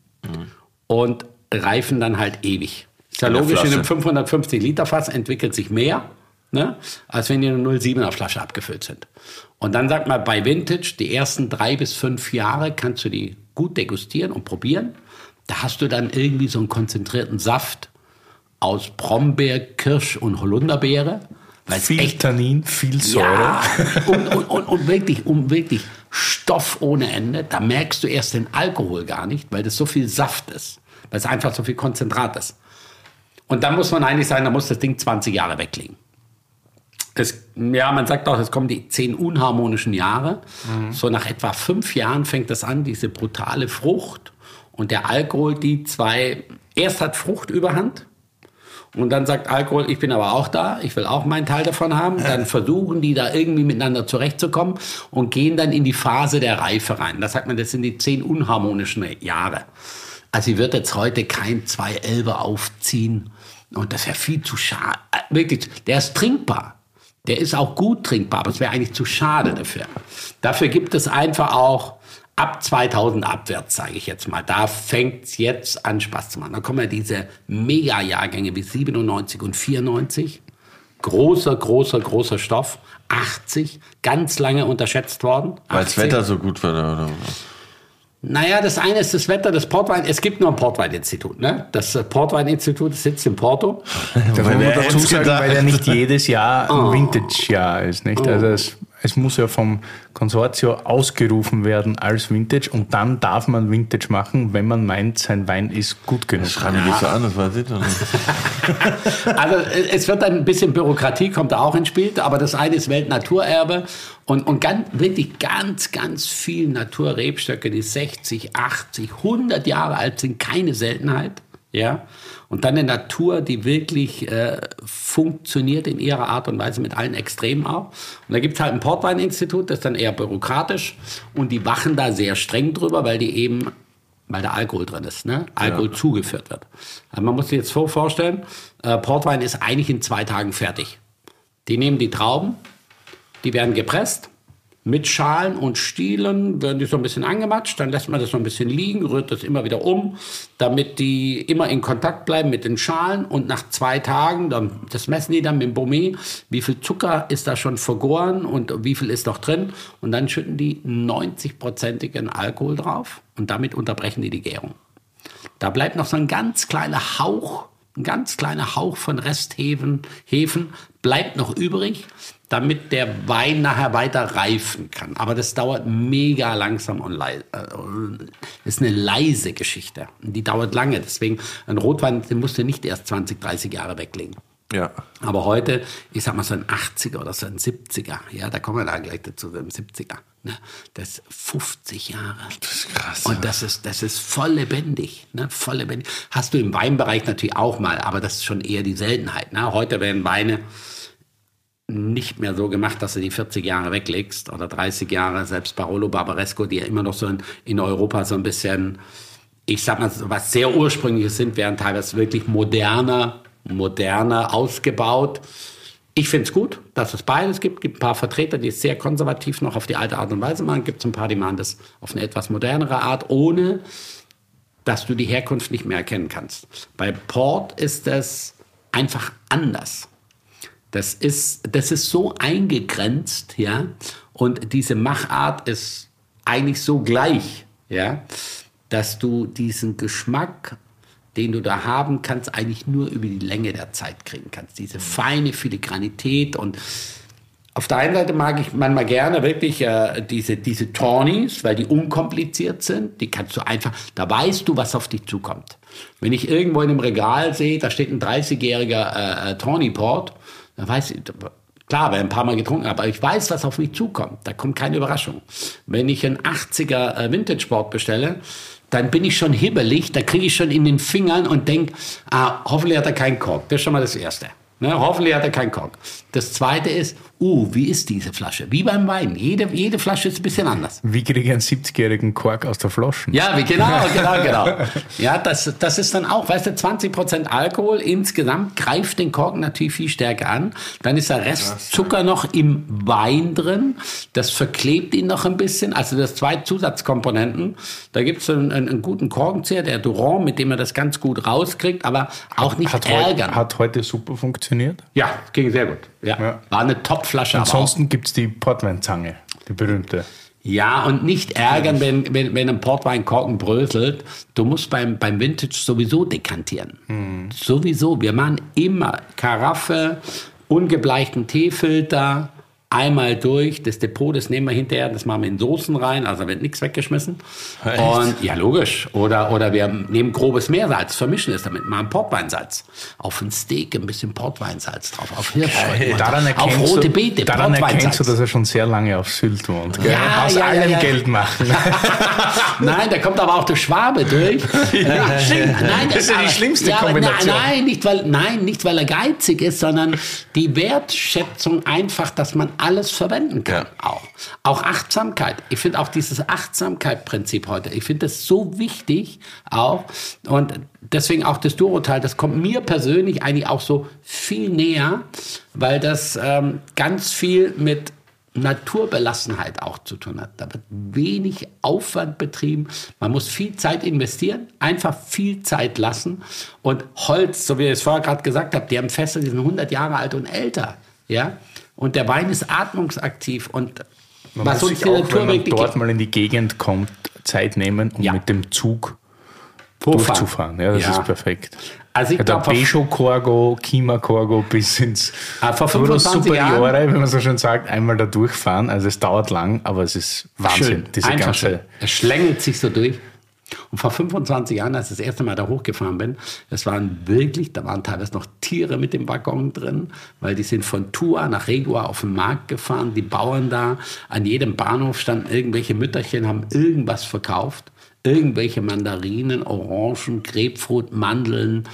und reifen dann halt ewig. Ist ja logisch, in einem 550-Liter-Fass entwickelt sich mehr, ne, als wenn die in einer 0,7er Flasche abgefüllt sind. Und dann sagt man, bei Vintage, die ersten 3 bis 5 Jahre kannst du die gut degustieren und probieren. Da hast du dann irgendwie so einen konzentrierten Saft aus Brombeer, Kirsch und Holunderbeere. Viel Tannin, viel Säure. Ja, und wirklich Stoff ohne Ende. Da merkst du erst den Alkohol gar nicht, weil das so viel Saft ist. Weil es einfach so viel Konzentrat ist. Und dann muss man eigentlich sagen, da muss das Ding 20 Jahre wegliegen. Man sagt auch, es kommen die 10 unharmonischen Jahre. So nach etwa 5 Jahren fängt das an, diese brutale Frucht und der Alkohol, die zwei, erst hat Frucht Überhand und dann sagt Alkohol, ich bin aber auch da, ich will auch meinen Teil davon haben. Dann versuchen die da irgendwie miteinander zurechtzukommen und gehen dann in die Phase der Reife rein. Das sagt man, das sind die 10 unharmonischen Jahre. Also ich würde jetzt heute kein 211er aufziehen und das wäre viel zu schade. Wirklich, der ist trinkbar. Der ist auch gut trinkbar, aber es wäre eigentlich zu schade dafür. Dafür gibt es einfach auch ab 2000 abwärts, sage ich jetzt mal. Da fängt es jetzt an, Spaß zu machen. Da kommen ja diese Mega-Jahrgänge wie 97 und 94. Großer Stoff. 80, ganz lange unterschätzt worden. Weil das Wetter so gut war, oder? Naja, das eine ist das Wetter, das Portwein. Es gibt nur ein Portwein-Institut. Ne? Das Portwein-Institut sitzt in Porto. Da wollen wir dazu sagen, weil ja nicht jedes Jahr ein Vintage-Jahr ist. Nicht? Also es muss ja vom Konsortio ausgerufen werden als Vintage und dann darf man Vintage machen, wenn man meint, sein Wein ist gut genug. Das schreibe ich nicht so an, das weiß ich doch nicht. Also es wird dann ein bisschen Bürokratie, kommt da auch ins Spiel, aber das eine ist Weltnaturerbe und wirklich ganz viel Naturrebstöcke, die 60, 80, 100 Jahre alt sind, keine Seltenheit. Ja, und dann eine Natur, die wirklich funktioniert in ihrer Art und Weise mit allen Extremen auch. Und da gibt es halt ein Portwein-Institut, das ist dann eher bürokratisch und die wachen da sehr streng drüber, weil der Alkohol drin ist, ne? Alkohol zugeführt wird. Also man muss sich jetzt so vorstellen, Portwein ist eigentlich in 2 Tagen fertig. Die nehmen die Trauben, die werden gepresst, mit Schalen und Stielen werden die so ein bisschen angematscht, dann lässt man das so ein bisschen liegen, rührt das immer wieder um, damit die immer in Kontakt bleiben mit den Schalen und nach 2 Tagen, das messen die dann mit dem Baumet, wie viel Zucker ist da schon vergoren und wie viel ist noch drin und dann schütten die 90%igen Alkohol drauf und damit unterbrechen die Gärung. Da bleibt noch so ein ganz kleiner Hauch von Resthefen bleibt noch übrig, damit der Wein nachher weiter reifen kann. Aber das dauert mega langsam und ist eine leise Geschichte. Und die dauert lange. Deswegen, ein Rotwein, den musst du nicht erst 20, 30 Jahre weglegen. Ja. Aber heute, ich sag mal so ein 80er oder so ein 70er, ja, da kommen wir da gleich dazu, so ein 70er. Ne? Das ist 50 Jahre. Das ist krass. Und das ist voll lebendig. Ne? Voll lebendig. Hast du im Weinbereich natürlich auch mal, aber das ist schon eher die Seltenheit. Ne? Heute werden Weine nicht mehr so gemacht, dass du die 40 Jahre weglegst oder 30 Jahre, selbst Barolo Barbaresco, die ja immer noch so in Europa so ein bisschen, ich sag mal, was sehr Ursprüngliches sind, werden teilweise wirklich moderner ausgebaut. Ich finde es gut, dass es beides gibt. Es gibt ein paar Vertreter, die es sehr konservativ noch auf die alte Art und Weise machen. Es gibt ein paar, die machen das auf eine etwas modernere Art, ohne dass du die Herkunft nicht mehr erkennen kannst. Bei Port ist es einfach anders. Das ist so eingegrenzt, ja, und diese Machart ist eigentlich so gleich, ja, dass du diesen Geschmack, den du da haben kannst, eigentlich nur über die Länge der Zeit kriegen kannst. Diese feine Filigranität und auf der einen Seite mag ich manchmal gerne wirklich diese Tawnies, weil die unkompliziert sind. Die kannst du einfach, da weißt du, was auf dich zukommt. Wenn ich irgendwo in einem Regal sehe, da steht ein 30-jähriger Tawny Port, dann weiß ich, klar, wer ein paar Mal getrunken hat, aber ich weiß, was auf mich zukommt. Da kommt keine Überraschung. Wenn ich einen 80er Vintage Port bestelle, dann bin ich schon hibbelig, da kriege ich schon in den Fingern und denke, hoffentlich hat er keinen Kork. Das ist schon mal das Erste. Ne, hoffentlich hat er keinen Kork. Das Zweite ist, wie ist diese Flasche? Wie beim Wein. Jede Flasche ist ein bisschen anders. Wie kriege ich einen 70-jährigen Kork aus der Flasche? Ja, genau. Ja, das ist dann auch, weißt du, 20% Alkohol insgesamt greift den Korken natürlich viel stärker an. Dann ist der Rest Zucker noch im Wein drin. Das verklebt ihn noch ein bisschen. Also das 2 Zusatzkomponenten. Da gibt es einen guten Korkenzieher, der Durand, mit dem man das ganz gut rauskriegt, aber auch nicht ärgern. Hat heute super funktioniert? Ja, ging sehr gut. Ja. War eine Top-Flasche. Ansonsten gibt es die Portweinzange, die berühmte. Ja, und nicht ärgern, wenn ein Portweinkorken bröselt. Du musst beim Vintage sowieso dekantieren. Sowieso. Wir machen immer Karaffe, ungebleichten Teefilter, einmal durch. Das Depot, das nehmen wir hinterher, das machen wir in Soßen rein, also wird nichts weggeschmissen. Echt? Und ja, logisch. Oder wir nehmen grobes Meersalz, vermischen es damit, machen Portweinsalz. Auf ein Steak ein bisschen Portweinsalz drauf, auf Hirschfleisch, auf rote Beete, daran erkennst du, dass er schon sehr lange auf Sylt wohnt. Gell? Ja, aus allem Geld machen. Nein, da kommt aber auch der Schwabe durch. Nein, das ist ja die schlimmste Kombination. Nein, nicht weil er geizig ist, sondern die Wertschätzung einfach, dass man alles verwenden kann. Ja. Auch Achtsamkeit. Ich finde auch dieses Achtsamkeit-Prinzip heute, ich finde das so wichtig auch. Und deswegen auch das Duro-Teil, das kommt mir persönlich eigentlich auch so viel näher, weil das ganz viel mit Naturbelassenheit auch zu tun hat. Da wird wenig Aufwand betrieben. Man muss viel Zeit investieren, einfach viel Zeit lassen. Und Holz, so wie ich es vorher gerade gesagt habe, die haben Fässer, die sind 100 Jahre alt und älter. Ja? Und der Wein ist atmungsaktiv. Und man was muss sich auch, wenn man dort mal in die Gegend kommt, Zeit nehmen, um mit dem Zug durchzufahren. Ja, das ist perfekt. Also ich glaube, Peugeot Corgo, Kima Corgo bis ins vor 25 Jahren, wenn man so schön sagt, einmal da durchfahren. Also es dauert lang, aber es ist Wahnsinn. Schön. Es schlängelt sich so durch. Und vor 25 Jahren, als ich das erste Mal da hochgefahren bin, da waren teilweise noch Tiere mit dem Waggon drin, weil die sind von Tua nach Regua auf den Markt gefahren. Die Bauern da, an jedem Bahnhof standen irgendwelche Mütterchen, haben irgendwas verkauft. Irgendwelche Mandarinen, Orangen, Grapefruit, Mandeln,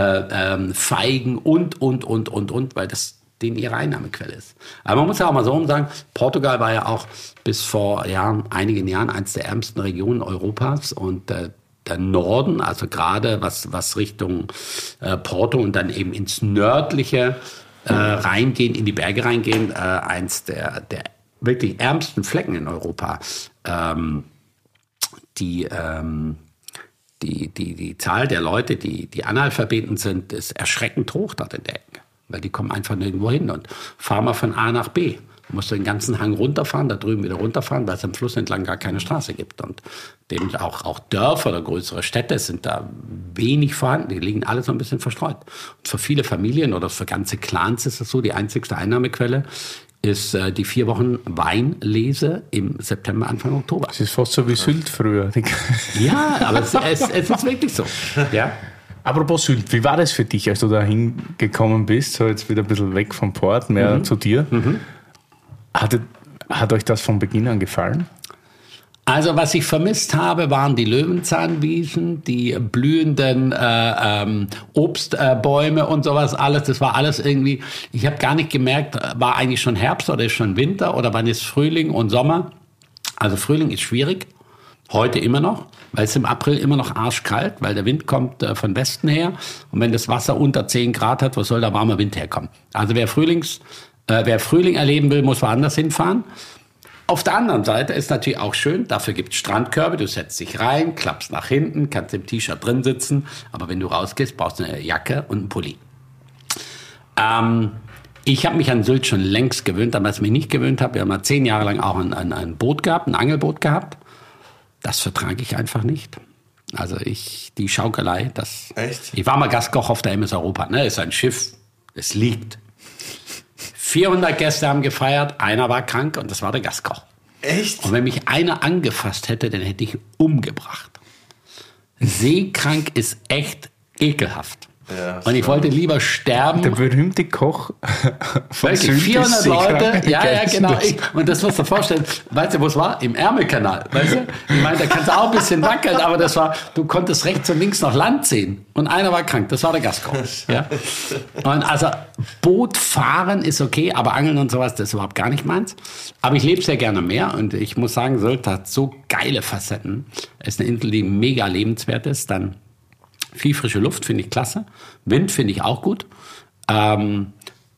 Feigen und, weil das denen ihre Einnahmequelle ist. Aber man muss ja auch mal so sagen, Portugal war ja auch bis vor einigen Jahren eines der ärmsten Regionen Europas und der Norden, also gerade was Richtung Porto und dann eben ins nördliche reingehen, in die Berge reingehen, eins der wirklich ärmsten Flecken in Europa. Die Zahl der Leute, die Analphabeten sind, ist erschreckend hoch dort in der Ecke. Weil die kommen einfach nirgendwo hin und fahren mal von A nach B. Du musst den ganzen Hang runterfahren, da drüben wieder runterfahren, weil es am Fluss entlang gar keine Straße gibt. Und dem auch Dörfer oder größere Städte sind da wenig vorhanden. Die liegen alle so ein bisschen verstreut. Und für viele Familien oder für ganze Clans ist das so, die einzigste Einnahmequelle ist die 4 Wochen Weinlese im September, Anfang Oktober. Das ist fast so wie Sylt früher. Ja, aber es ist wirklich so. Ja. Apropos Sylt, wie war das für dich, als du da hingekommen bist? So jetzt wieder ein bisschen weg vom Port, mehr zu dir. Hat euch das von Beginn an gefallen? Also was ich vermisst habe, waren die Löwenzahnwiesen, die blühenden Obstbäume und sowas alles. Das war alles irgendwie, ich habe gar nicht gemerkt, war eigentlich schon Herbst oder ist schon Winter oder wann ist Frühling und Sommer. Also Frühling ist schwierig, heute immer noch, weil es im April immer noch arschkalt, weil der Wind kommt von Westen her. Und wenn das Wasser unter 10 Grad hat, wo soll der warme Wind herkommen? Also wer Frühling erleben will, muss woanders hinfahren. Auf der anderen Seite ist natürlich auch schön, dafür gibt es Strandkörbe, du setzt dich rein, klappst nach hinten, kannst im T-Shirt drin sitzen, aber wenn du rausgehst, brauchst du eine Jacke und einen Pulli. Ich habe mich an Sylt schon längst gewöhnt, aber was ich mich nicht gewöhnt habe, wir haben mal 10 Jahre lang auch ein Boot gehabt, ein Angelboot gehabt. Das vertrage ich einfach nicht. Also die Schaukelei, Echt? Ich war mal Gastkoch auf der MS Europa, ne? Ist ein Schiff, es liegt. 400 Gäste haben gefeiert, einer war krank und das war der Gastkoch. Echt? Und wenn mich einer angefasst hätte, dann hätte ich umgebracht. Seekrank ist echt ekelhaft. Ja, und ich wollte lieber sterben. Der berühmte Koch von Sylt 400 Leute, ja, genau. Und das musst du dir vorstellen, weißt du, wo es war? Im Ärmelkanal, weißt du? Ich meine, da kannst du auch ein bisschen wackeln, aber du konntest rechts und links noch Land sehen. Und einer war krank, das war der Gastkoch. Ja? Und also Boot fahren ist okay, aber Angeln und sowas, das ist überhaupt gar nicht meins. Aber ich lebe sehr gerne am Meer und ich muss sagen, Sylt hat so geile Facetten. Es ist eine Insel, die mega lebenswert ist. Dann viel frische Luft, finde ich klasse. Wind finde ich auch gut.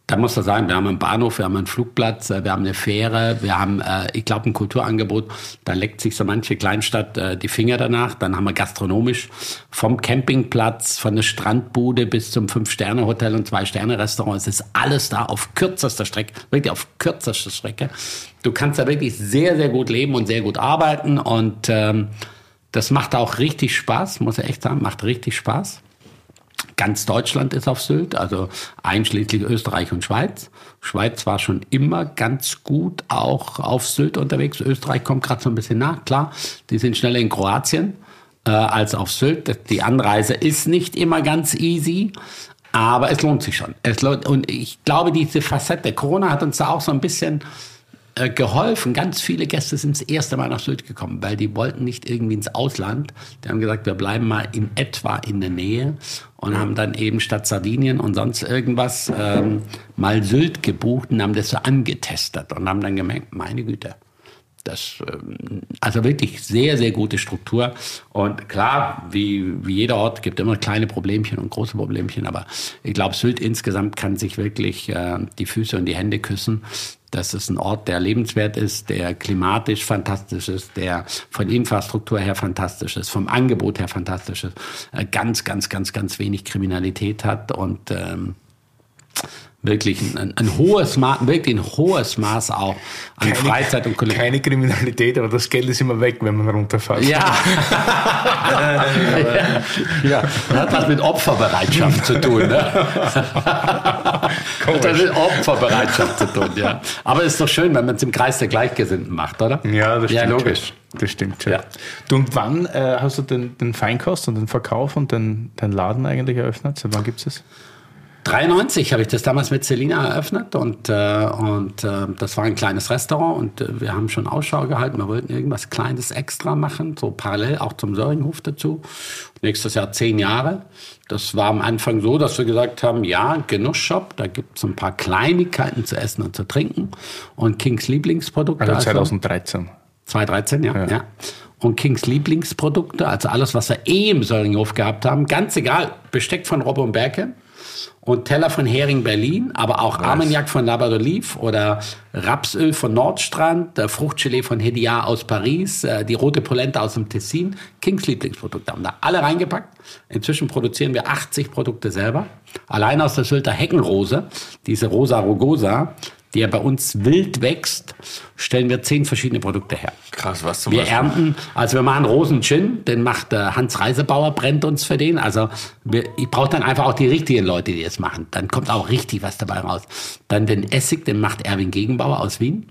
Da muss das sein, wir haben einen Bahnhof, wir haben einen Flugplatz, wir haben eine Fähre, wir haben, ich glaube, ein Kulturangebot. Da leckt sich so manche Kleinstadt die Finger danach. Dann haben wir gastronomisch vom Campingplatz, von der Strandbude bis zum 5-Sterne-Hotel und 2-Sterne-Restaurant. Es ist alles da auf kürzester Strecke, wirklich auf kürzester Strecke. Du kannst da wirklich sehr, sehr gut leben und sehr gut arbeiten. Und das macht auch richtig Spaß, muss ich echt sagen, macht richtig Spaß. Ganz Deutschland ist auf Sylt, also einschließlich Österreich und Schweiz. Schweiz war schon immer ganz gut auch auf Sylt unterwegs. Österreich kommt gerade so ein bisschen nach, klar. Die sind schneller in Kroatien als auf Sylt. Die Anreise ist nicht immer ganz easy, aber es lohnt sich schon. Und ich glaube, diese Facette, Corona hat uns da auch so ein bisschen geholfen. Ganz viele Gäste sind das erste Mal nach Sylt gekommen, weil die wollten nicht irgendwie ins Ausland. Die haben gesagt, wir bleiben mal in etwa in der Nähe und haben dann eben statt Sardinien und sonst irgendwas mal Sylt gebucht und haben das so angetestet und haben dann gemerkt, meine Güte, das, also wirklich sehr, sehr gute Struktur. Und klar, wie jeder Ort, gibt immer kleine Problemchen und große Problemchen, aber ich glaube, Sylt insgesamt kann sich wirklich die Füße und die Hände küssen. Das ist ein Ort, der lebenswert ist, der klimatisch fantastisch ist, der von Infrastruktur her fantastisch ist, vom Angebot her fantastisch ist, ganz, ganz, ganz, ganz wenig Kriminalität hat und wirklich ein hohes Maß auch an Freizeit und Kultur. Keine Kriminalität, aber das Geld ist immer weg, wenn man runterfährt. Ja. Ja. Das hat was mit Opferbereitschaft zu tun. Ne? Das hat mit Opferbereitschaft zu tun, ja. Aber es ist doch schön, wenn man es im Kreis der Gleichgesinnten macht, oder? Ja, das stimmt. Ja, logisch. Das stimmt schon. Ja. Du, und wann hast du den Feinkost und den Verkauf und den Laden eigentlich eröffnet? Seit wann gibt es? 1993 habe ich das damals mit Selina eröffnet und das war ein kleines Restaurant und wir haben schon Ausschau gehalten. Wir wollten irgendwas Kleines extra machen, so parallel auch zum Söringhof dazu. Nächstes Jahr 10 Jahre. Das war am Anfang so, dass wir gesagt haben, ja, Genussshop, da gibt es ein paar Kleinigkeiten zu essen und zu trinken und Kings Lieblingsprodukte. Also 2013. 2013, ja. Und Kings Lieblingsprodukte, also alles, was wir im Söringhof gehabt haben, ganz egal, Besteck von Robbe und Berke. Und Teller von Hering Berlin, aber auch Armagnac von Labrador Leaf oder Rapsöl von Nordstrand, Fruchtgelee von Hédiard aus Paris, die rote Polenta aus dem Tessin. Kings Lieblingsprodukte haben da alle reingepackt. Inzwischen produzieren wir 80 Produkte selber. Allein aus der Sylter Heckenrose, diese Rosa rugosa, die ja bei uns wild wächst, stellen wir 10 verschiedene Produkte her. Krass, was zum Wir Beispiel? ernten, also wir machen Rosen-Gin, den macht Hans Reisebauer, brennt uns für den. Also ich brauche dann einfach auch die richtigen Leute, die das machen. Dann kommt auch richtig was dabei raus. Dann den Essig, den macht Erwin Gegenbauer aus Wien.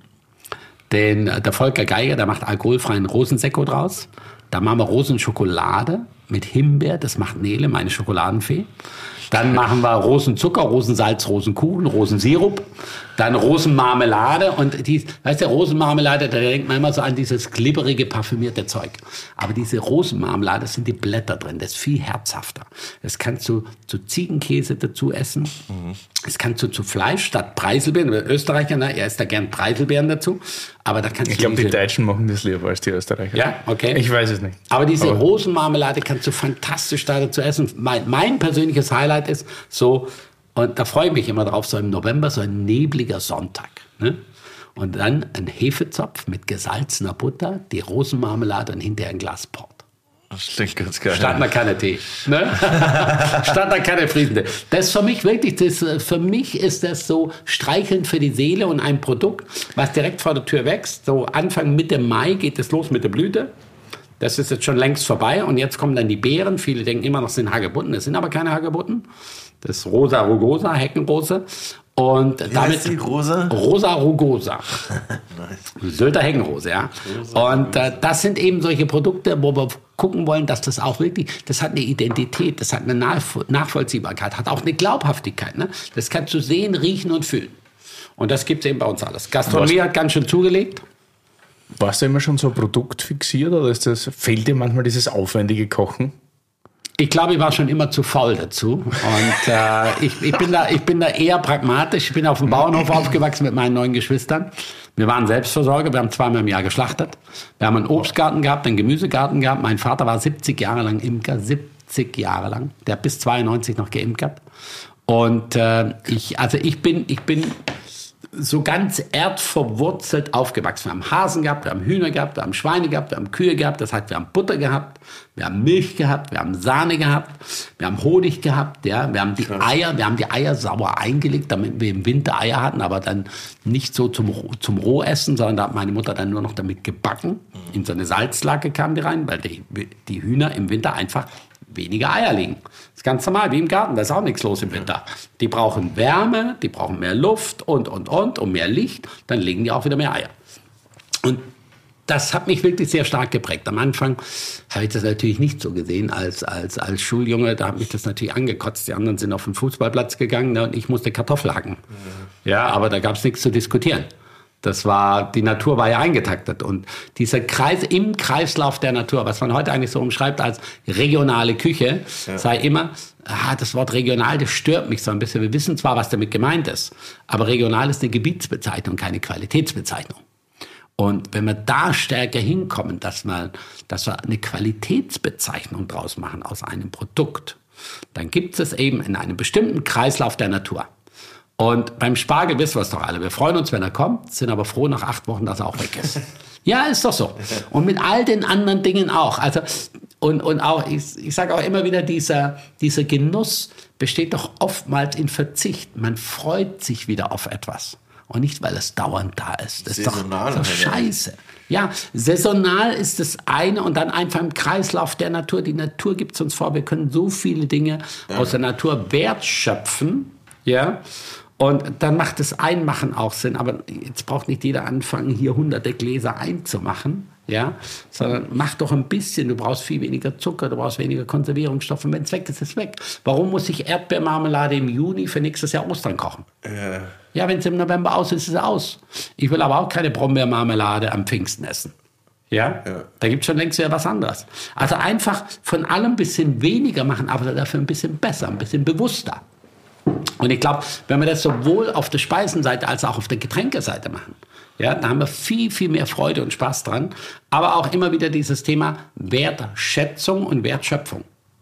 Der Volker Geiger, der macht alkoholfreien Rosensekko draus. Da machen wir Rosenschokolade mit Himbeer, das macht Nele, meine Schokoladenfee. Dann machen wir Rosenzucker, Rosensalz, Rosenkuchen, Rosensirup. Dann Rosenmarmelade. Und weißt du, Rosenmarmelade, da denkt man immer so an dieses glibberige, parfümierte Zeug. Aber diese Rosenmarmelade, sind die Blätter drin. Das ist viel herzhafter. Das kannst du zu Ziegenkäse dazu essen. Das kannst du zu Fleisch statt Preiselbeeren. Österreicher, ne, er isst da gern Preiselbeeren dazu. Aber da kannst Ich glaube, die Deutschen machen das lieber als die Österreicher. Ja, okay. Ich weiß es nicht. Aber diese Rosenmarmelade kannst du fantastisch dazu essen. Mein persönliches Highlight ist so, und da freue ich mich immer drauf, so im November, so ein nebliger Sonntag. Ne? Und dann ein Hefezopf mit gesalzener Butter, die Rosenmarmelade und hinterher ein Glas Port. Das klingt ganz geil. Statt einer Kanne Tee. Ne? Statt einer Kanne Friesentee. Das ist für mich wirklich, für mich ist das so streichelnd für die Seele und ein Produkt, was direkt vor der Tür wächst. So Anfang, Mitte Mai geht es los mit der Blüte. Das ist jetzt schon längst vorbei und jetzt kommen dann die Beeren. Viele denken immer noch, es sind Hagebutten. Es sind aber keine Hagebutten. Das ist Rosa rugosa, Heckenrose. Und Wie damit heißt die Rosa? Rosa rugosa. Nice. Sylter Heckenrose, ja. Und das sind eben solche Produkte, wo wir gucken wollen, dass das auch wirklich, das hat eine Identität, das hat eine Nachvollziehbarkeit, hat auch eine Glaubhaftigkeit. Ne? Das kannst du sehen, riechen und fühlen. Und das gibt es eben bei uns alles. Gastronomie hat ganz schön zugelegt. Warst du immer schon so produktfixiert oder fehlt dir manchmal dieses aufwendige Kochen? Ich glaube, ich war schon immer zu faul dazu. Und ich bin da eher pragmatisch. Ich bin auf dem Bauernhof aufgewachsen mit meinen 9 Geschwistern. Wir waren Selbstversorger. Wir haben 2-mal im Jahr geschlachtet. Wir haben einen Obstgarten gehabt, einen Gemüsegarten gehabt. Mein Vater war 70 Jahre lang Imker. 70 Jahre lang. Der hat bis 92 noch geimkert. Und ich bin so ganz erdverwurzelt aufgewachsen. Wir haben Hasen gehabt, wir haben Hühner gehabt, wir haben Schweine gehabt, wir haben Kühe gehabt. Das heißt, wir haben Butter gehabt, wir haben Milch gehabt, wir haben Sahne gehabt, wir haben Honig gehabt, ja, wir haben die Eier sauer eingelegt, damit wir im Winter Eier hatten, aber dann nicht so zum Rohessen, sondern da hat meine Mutter dann nur noch damit gebacken. In so eine Salzlake kamen die rein, weil die Hühner im Winter einfach weniger Eier legen. Das ist ganz normal, wie im Garten, da ist auch nichts los im Winter. Die brauchen Wärme, die brauchen mehr Luft und mehr Licht, dann legen die auch wieder mehr Eier. Und das hat mich wirklich sehr stark geprägt. Am Anfang habe ich das natürlich nicht so gesehen als Schuljunge, da hat mich das natürlich angekotzt. Die anderen sind auf den Fußballplatz gegangen und ich musste Kartoffeln hacken. Ja, aber da gab es nichts zu diskutieren. Die Natur war ja eingetaktet und dieser Kreis im Kreislauf der Natur, was man heute eigentlich so umschreibt als regionale Küche, sei immer, das Wort regional, das stört mich so ein bisschen. Wir wissen zwar, was damit gemeint ist, aber regional ist eine Gebietsbezeichnung, keine Qualitätsbezeichnung. Und wenn wir da stärker hinkommen, dass wir eine Qualitätsbezeichnung draus machen aus einem Produkt, dann gibt es eben in einem bestimmten Kreislauf der Natur. Und beim Spargel wissen wir es doch alle. Wir freuen uns, wenn er kommt, sind aber froh nach 8 Wochen, dass er auch weg ist. Ja, ist doch so. Und mit all den anderen Dingen auch. Also, und auch, ich sage auch immer wieder, dieser Genuss besteht doch oftmals in Verzicht. Man freut sich wieder auf etwas. Und nicht, weil es dauernd da ist. Das ist doch scheiße. Ja, saisonal ist das eine und dann einfach im Kreislauf der Natur. Die Natur gibt es uns vor. Wir können so viele Dinge aus der Natur wertschöpfen. Ja. Und dann macht das Einmachen auch Sinn. Aber jetzt braucht nicht jeder anfangen, hier hunderte Gläser einzumachen. Ja, sondern mach doch ein bisschen. Du brauchst viel weniger Zucker, du brauchst weniger Konservierungsstoffe. Wenn es weg ist, ist es weg. Warum muss ich Erdbeermarmelade im Juni für nächstes Jahr Ostern kochen? Ja, wenn es im November aus ist, ist es aus. Ich will aber auch keine Brombeermarmelade am Pfingsten essen. Ja? Da gibt es schon längst wieder was anderes. Also einfach von allem ein bisschen weniger machen, aber dafür ein bisschen besser, ein bisschen bewusster. Und ich glaube, wenn wir das sowohl auf der Speisenseite als auch auf der Getränkeseite machen, ja, da haben wir viel, viel mehr Freude und Spaß dran. Aber auch immer wieder dieses Thema Wertschätzung und Wertschöpfung.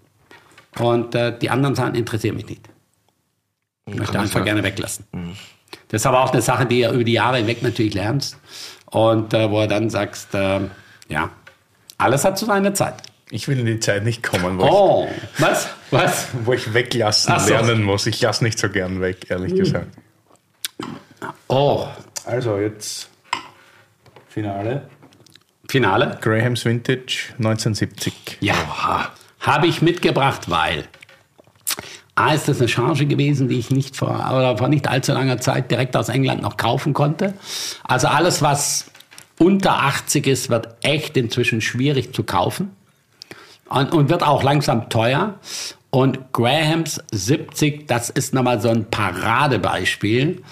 Und die anderen Sachen interessieren mich nicht. Ich möchte einfach gerne weglassen. Das ist aber auch eine Sache, die du über die Jahre hinweg natürlich lernst. Und wo du dann sagst, ja, alles hat so seine Zeit. Ich will in die Zeit nicht kommen, Was? Wo ich weglassen lernen muss. Ich lasse nicht so gern weg, ehrlich gesagt. Also jetzt Finale. Graham's Vintage 1970. Ja, habe ich mitgebracht, weil ist das eine Charge gewesen, die ich vor nicht allzu langer Zeit direkt aus England noch kaufen konnte. Also alles, was unter 80 ist, wird echt inzwischen schwierig zu kaufen. Und wird auch langsam teuer. Und Graham's 70, das ist nochmal so ein Paradebeispiel,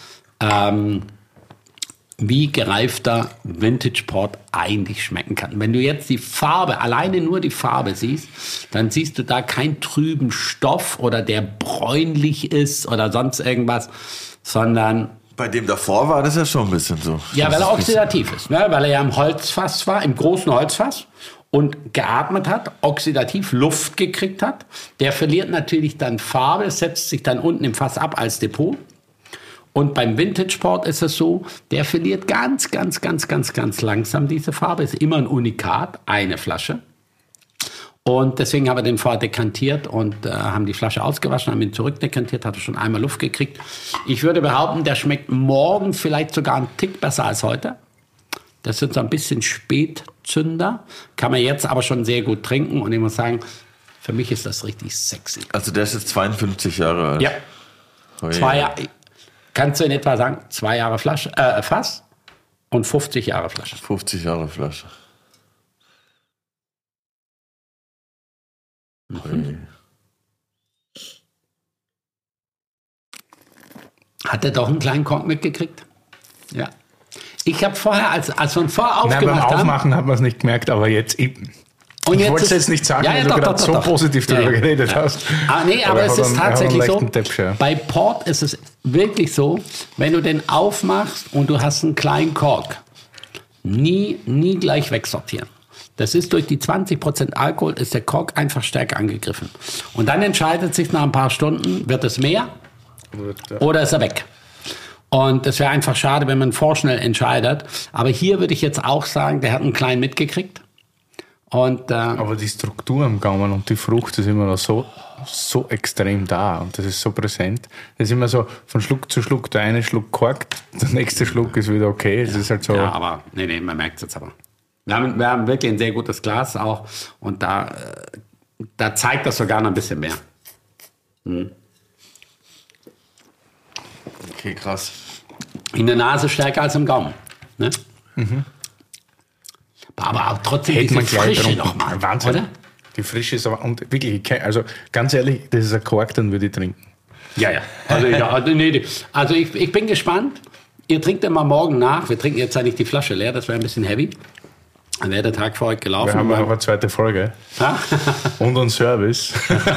wie gereifter Vintage Port eigentlich schmecken kann. Wenn du jetzt die Farbe, alleine nur die Farbe siehst, dann siehst du da keinen trüben Stoff oder der bräunlich ist oder sonst irgendwas, sondern... Bei dem davor war das ja schon ein bisschen so. Ja, weil er oxidativ ist, ne? Weil er ja im Holzfass war, im großen Holzfass. Und geatmet hat, oxidativ Luft gekriegt hat. Der verliert natürlich dann Farbe, setzt sich dann unten im Fass ab als Depot. Und beim Vintage Port ist es so, der verliert ganz langsam diese Farbe. Ist immer ein Unikat, eine Flasche. Und deswegen haben wir den vorher dekantiert und haben die Flasche ausgewaschen, haben ihn zurückdekantiert, hatte schon einmal Luft gekriegt. Ich würde behaupten, der schmeckt morgen vielleicht sogar einen Tick besser als heute. Das sind so ein bisschen Spätzünder. Kann man jetzt aber schon sehr gut trinken. Und ich muss sagen, für mich ist das richtig sexy. Also der ist jetzt 52 Jahre alt. Ja. 2 Jahre. Kannst du in etwa sagen, 2 Jahre Fass und 50 Jahre Flasche. 50 Jahre Flasche. Hat er doch einen kleinen Kork mitgekriegt? Ja. Ich habe vorher, als wir ihn vorher aufgemacht haben... Beim Aufmachen hat man es nicht gemerkt, aber jetzt eben. Und ich wollte es jetzt nicht sagen, weil du gerade so positiv darüber geredet hast. Aber es ist tatsächlich so, bei Port ist es wirklich so, wenn du den aufmachst und du hast einen kleinen Kork, nie gleich wegsortieren. Das ist durch die 20% Alkohol, ist der Kork einfach stärker angegriffen. Und dann entscheidet sich nach ein paar Stunden, wird es mehr oder ist er weg. Und das wäre einfach schade, wenn man vorschnell entscheidet. Aber hier würde ich jetzt auch sagen, der hat einen kleinen mitgekriegt. Und, aber die Struktur am Gaumen und die Frucht ist immer noch so extrem da und das ist so präsent. Das ist immer so von Schluck zu Schluck. Der eine Schluck korkt, der nächste Schluck ist wieder okay. Das ist halt so. Ja, aber nee, man merkt es jetzt aber. Wir haben wirklich ein sehr gutes Glas auch und da zeigt das sogar noch ein bisschen mehr. Okay, krass. In der Nase stärker als im Gaumen. Ne? Aber auch trotzdem Hätte diese man gleich Frische getrunken. nochmal, Wahnsinn. oder? Die Frische ist aber, und wirklich, also ganz ehrlich, das ist ein Kork, dann würde ich trinken. Ja. Also ich bin gespannt. Ihr trinkt immer morgen nach. Wir trinken jetzt eigentlich die Flasche leer, das wäre ein bisschen heavy. Dann wäre der Tag für heute gelaufen. Wir haben aber eine zweite Folge. Und einen Service.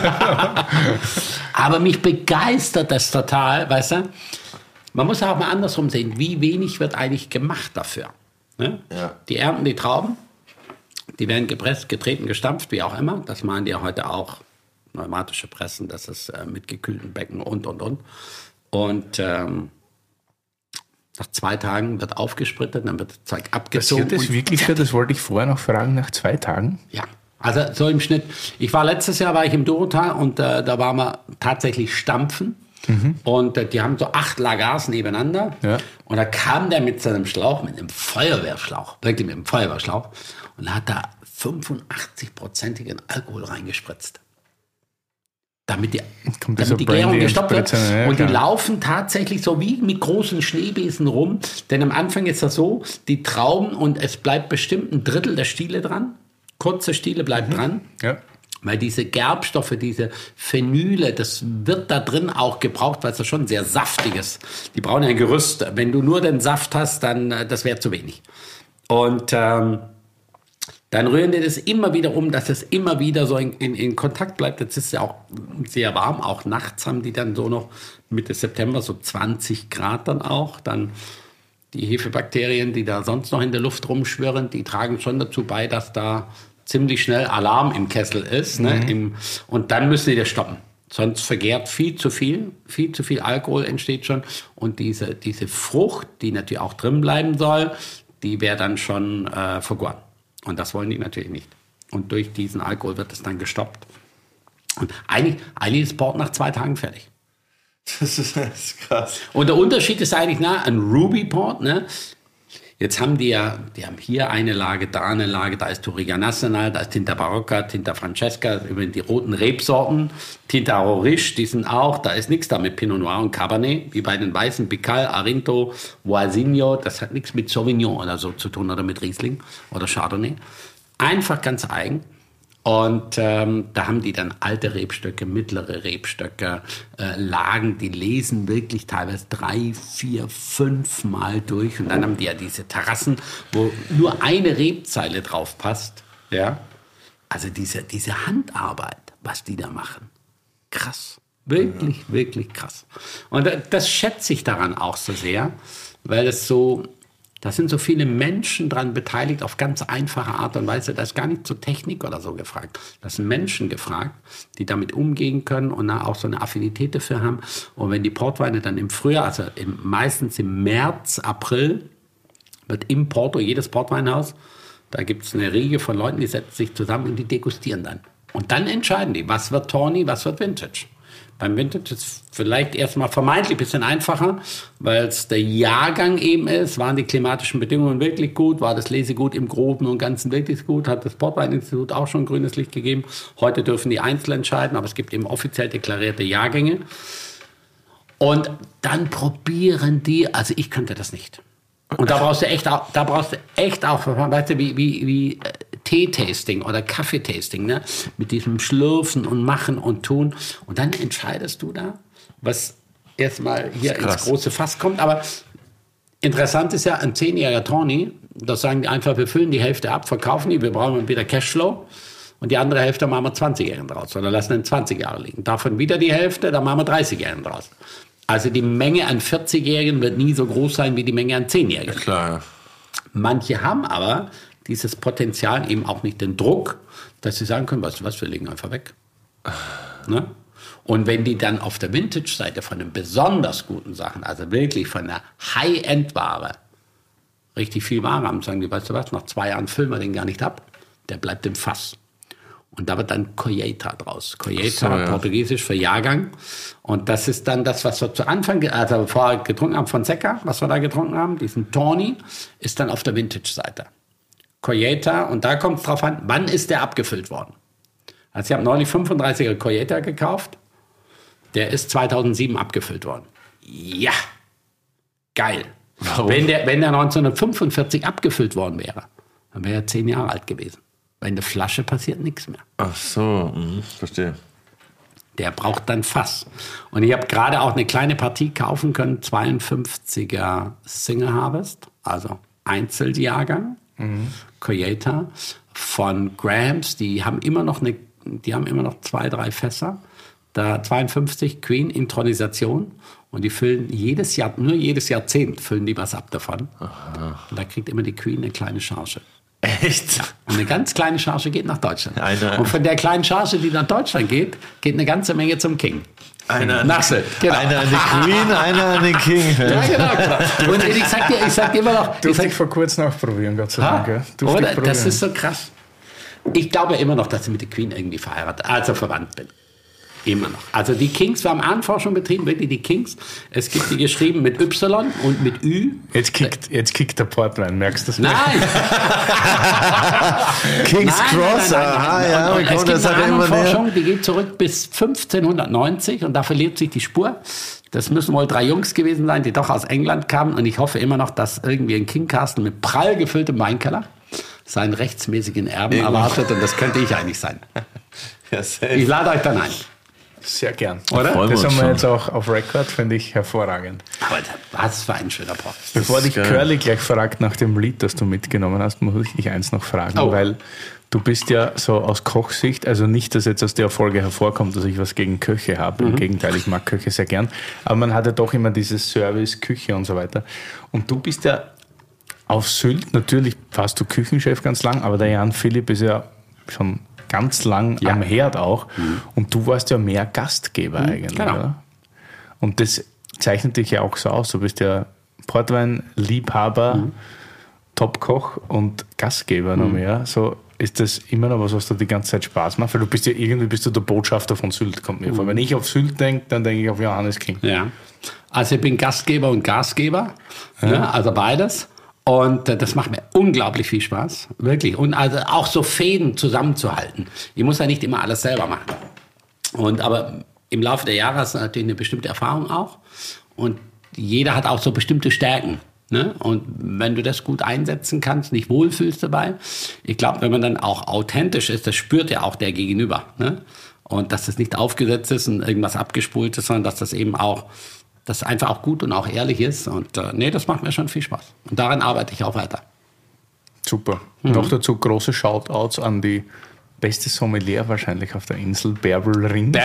Aber mich begeistert das total, weißt du? Man muss auch mal andersrum sehen, wie wenig wird eigentlich gemacht dafür. Ne? Ja. Die ernten die Trauben, die werden gepresst, getreten, gestampft, wie auch immer. Das machen die ja heute auch, pneumatische Pressen, das ist mit gekühlten Becken und. Und nach 2 Tagen wird aufgesprittet, dann wird das Zeug abgezogen. Passiert das wirklich schon? Das wollte ich vorher noch fragen, nach 2 Tagen? Ja, also so im Schnitt. Letztes Jahr war ich im Dorotal und da waren wir tatsächlich stampfen. Und die haben so 8 Lagars nebeneinander. Ja. Und da kam der mit seinem Schlauch, mit einem Feuerwehrschlauch, wirklich mit einem Feuerwehrschlauch, und hat da 85%igen Alkohol reingespritzt. Damit die Gärung gestoppt wird. Ja, und die laufen tatsächlich so wie mit großen Schneebesen rum. Denn am Anfang ist das so, die Trauben und es bleibt bestimmt ein Drittel der Stiele dran. Kurze Stiele bleibt dran. Ja. Weil diese Gerbstoffe, diese Phenyle, das wird da drin auch gebraucht, weil es ja schon sehr saftig ist. Die brauchen ja ein Gerüst. Wenn du nur den Saft hast, dann das wäre zu wenig. Und dann rühren die das immer wieder um, dass es immer wieder so in Kontakt bleibt. Jetzt ist es ja auch sehr warm. Auch nachts haben die dann so noch Mitte September so 20 Grad dann auch. Dann die Hefebakterien, die da sonst noch in der Luft rumschwirren, die tragen schon dazu bei, dass da ziemlich schnell Alarm im Kessel ist. Ne? Und dann müssen die das stoppen. Sonst vergärt viel zu viel Alkohol entsteht schon. Und diese Frucht, die natürlich auch drin bleiben soll, die wäre dann schon vergoren. Und das wollen die natürlich nicht. Und durch diesen Alkohol wird es dann gestoppt. Und eigentlich ist Port nach 2 Tagen fertig. Das ist krass. Und der Unterschied ist eigentlich ein Ruby Port, ne? Jetzt haben die haben hier eine Lage, da ist Touriga Nacional, da ist Tinta Barocca, Tinta Francesca, über die roten Rebsorten, Tinta Roriche, die sind auch, da ist nichts da mit Pinot Noir und Cabernet, wie bei den weißen Pical, Arinto, Voisinho, das hat nichts mit Sauvignon oder so zu tun oder mit Riesling oder Chardonnay. Einfach ganz eigen. Und da haben die dann alte Rebstöcke, mittlere Rebstöcke, Lagen, die lesen wirklich teilweise 3, 4, 5 Mal durch. Und dann haben die ja diese Terrassen, wo nur eine Rebzeile drauf passt. Ja? Also diese Handarbeit, was die da machen. Krass. Wirklich, wirklich krass. Und das schätze ich daran auch so sehr, weil es so... Da sind so viele Menschen dran beteiligt auf ganz einfache Art und Weise. Da ist gar nicht so Technik oder so gefragt. Das sind Menschen gefragt, die damit umgehen können und auch so eine Affinität dafür haben. Und wenn die Portweine dann im Frühjahr, also meistens im März, April, wird im Porto, jedes Portweinhaus, da gibt es eine Riege von Leuten, die setzen sich zusammen und die degustieren dann. Und dann entscheiden die, was wird Tawny, was wird Vintage. Beim Vintage ist es vielleicht erstmal vermeintlich ein bisschen einfacher, weil es der Jahrgang eben ist. Waren die klimatischen Bedingungen wirklich gut? War das Lesegut im Groben und Ganzen wirklich gut? Hat das Portweininstitut auch schon grünes Licht gegeben? Heute dürfen die einzeln entscheiden, aber es gibt eben offiziell deklarierte Jahrgänge. Und dann probieren die, also ich könnte das nicht. Und da brauchst du echt auch, weißt du, wie Tee-Tasting oder Kaffee-Tasting, ne? Mit diesem Schlürfen und Machen und Tun. Und dann entscheidest du da, was erstmal hier ins große Fass kommt. Aber interessant ist ja, ein 10-jähriger Tawny, da sagen die einfach, wir füllen die Hälfte ab, verkaufen die, wir brauchen wieder Cashflow. Und die andere Hälfte machen wir 20-Jährigen draus oder lassen den 20 Jahre liegen. Davon wieder die Hälfte, dann machen wir 30-Jährigen draus. Also die Menge an 40-Jährigen wird nie so groß sein wie die Menge an 10-Jährigen. Klar. Manche haben aber dieses Potenzial, eben auch nicht den Druck, dass sie sagen können, weißt du was, wir legen einfach weg. Ne? Und wenn die dann auf der Vintage-Seite von den besonders guten Sachen, also wirklich von der High-End-Ware, richtig viel Ware haben, sagen die, weißt du was, nach 2 Jahren füllen wir den gar nicht ab, der bleibt im Fass. Und da wird dann Colheita draus. Colheita, portugiesisch für Jahrgang. Und das ist dann das, was wir zu Anfang, also vorher getrunken haben von Seca, was wir da getrunken haben, diesen Tawny, ist dann auf der Vintage-Seite. Colheita, und da kommt es drauf an, wann ist der abgefüllt worden? Also ich habe neulich 35er Colheita gekauft, der ist 2007 abgefüllt worden. Ja, geil. Warum? Wenn der 1945 abgefüllt worden wäre, dann wäre er 10 Jahre alt gewesen. Weil in der Flasche passiert nichts mehr. Ach so, verstehe. Der braucht dann Fass. Und ich habe gerade auch eine kleine Partie kaufen können, 52er Single Harvest, also Einzeljahrgang, Colheita von Grahams, die haben immer noch 2, 3 Fässer. Da 52 Queen Intronisation und die füllen jedes Jahrzehnt füllen die was ab davon. Aha. Und da kriegt immer die Queen eine kleine Charge. Echt? Und eine ganz kleine Charge geht nach Deutschland. Und von der kleinen Charge, die nach Deutschland geht eine ganze Menge zum King. Einer genau. an die Queen, einer an den King. Ja, genau. Und ich sag dir immer noch... Durfte ich vor kurzem nachprobieren, Gott sei Dank. Oder? Das ist so krass. Ich glaube immer noch, dass ich mit der Queen irgendwie verheiratet, also verwandt bin. Immer noch. Also die Kings, wir haben Ahnenforschung betrieben, wirklich die Kings. Es gibt die geschrieben mit Y und mit Ü. Jetzt kickt der Portwein, merkst du das? Nein! King's Cross, aha, ja. Und es gibt eine Ahnenforschung, die geht zurück bis 1590 und da verliert sich die Spur. Das müssen wohl 3 Jungs gewesen sein, die doch aus England kamen und ich hoffe immer noch, dass irgendwie ein King Castle mit prall gefülltem Weinkeller seinen rechtsmäßigen Erben erwartet und das könnte ich eigentlich sein. Ja, ich lade euch dann ein. Sehr gern. Oder? Das haben wir jetzt auch auf Record, finde ich hervorragend. Aber was für ein schöner Pop. Bevor dich Curly gleich fragt nach dem Lied, das du mitgenommen hast, muss ich dich eins noch fragen, weil du bist ja so aus Kochsicht, also nicht, dass jetzt aus der Folge hervorkommt, dass ich was gegen Köche habe, im Gegenteil, ich mag Köche sehr gern, aber man hat ja doch immer dieses Service, Küche und so weiter. Und du bist ja auf Sylt, natürlich warst du Küchenchef ganz lang, aber der Jan Philipp ist ja schon ganz lang am Herd auch. Und du warst ja mehr Gastgeber eigentlich. Genau. Oder? Und das zeichnet dich ja auch so aus. Du bist ja Portwein-Liebhaber, Topkoch und Gastgeber noch mehr. So, ist das immer noch was dir die ganze Zeit Spaß macht? Weil du bist ja irgendwie der Botschafter von Sylt, kommt mir vor. Wenn ich auf Sylt denke, dann denke ich auf Johannes King. Ja. Also ich bin Gastgeber und Gasgeber, also beides. Und das macht mir unglaublich viel Spaß, wirklich. Und also auch so Fäden zusammenzuhalten. Ich muss ja nicht immer alles selber machen. Aber im Laufe der Jahre hast du natürlich eine bestimmte Erfahrung auch. Und jeder hat auch so bestimmte Stärken. Ne? Und wenn du das gut einsetzen kannst, dich wohlfühlst dabei, ich glaube, wenn man dann auch authentisch ist, das spürt ja auch der Gegenüber. Ne? Und dass das nicht aufgesetzt ist und irgendwas abgespult ist, sondern dass das eben auch das einfach auch gut und auch ehrlich ist. Und das macht mir schon viel Spaß. Und daran arbeite ich auch weiter. Super. Noch dazu große Shoutouts an die beste Sommelier wahrscheinlich auf der Insel, Bärbel Ring.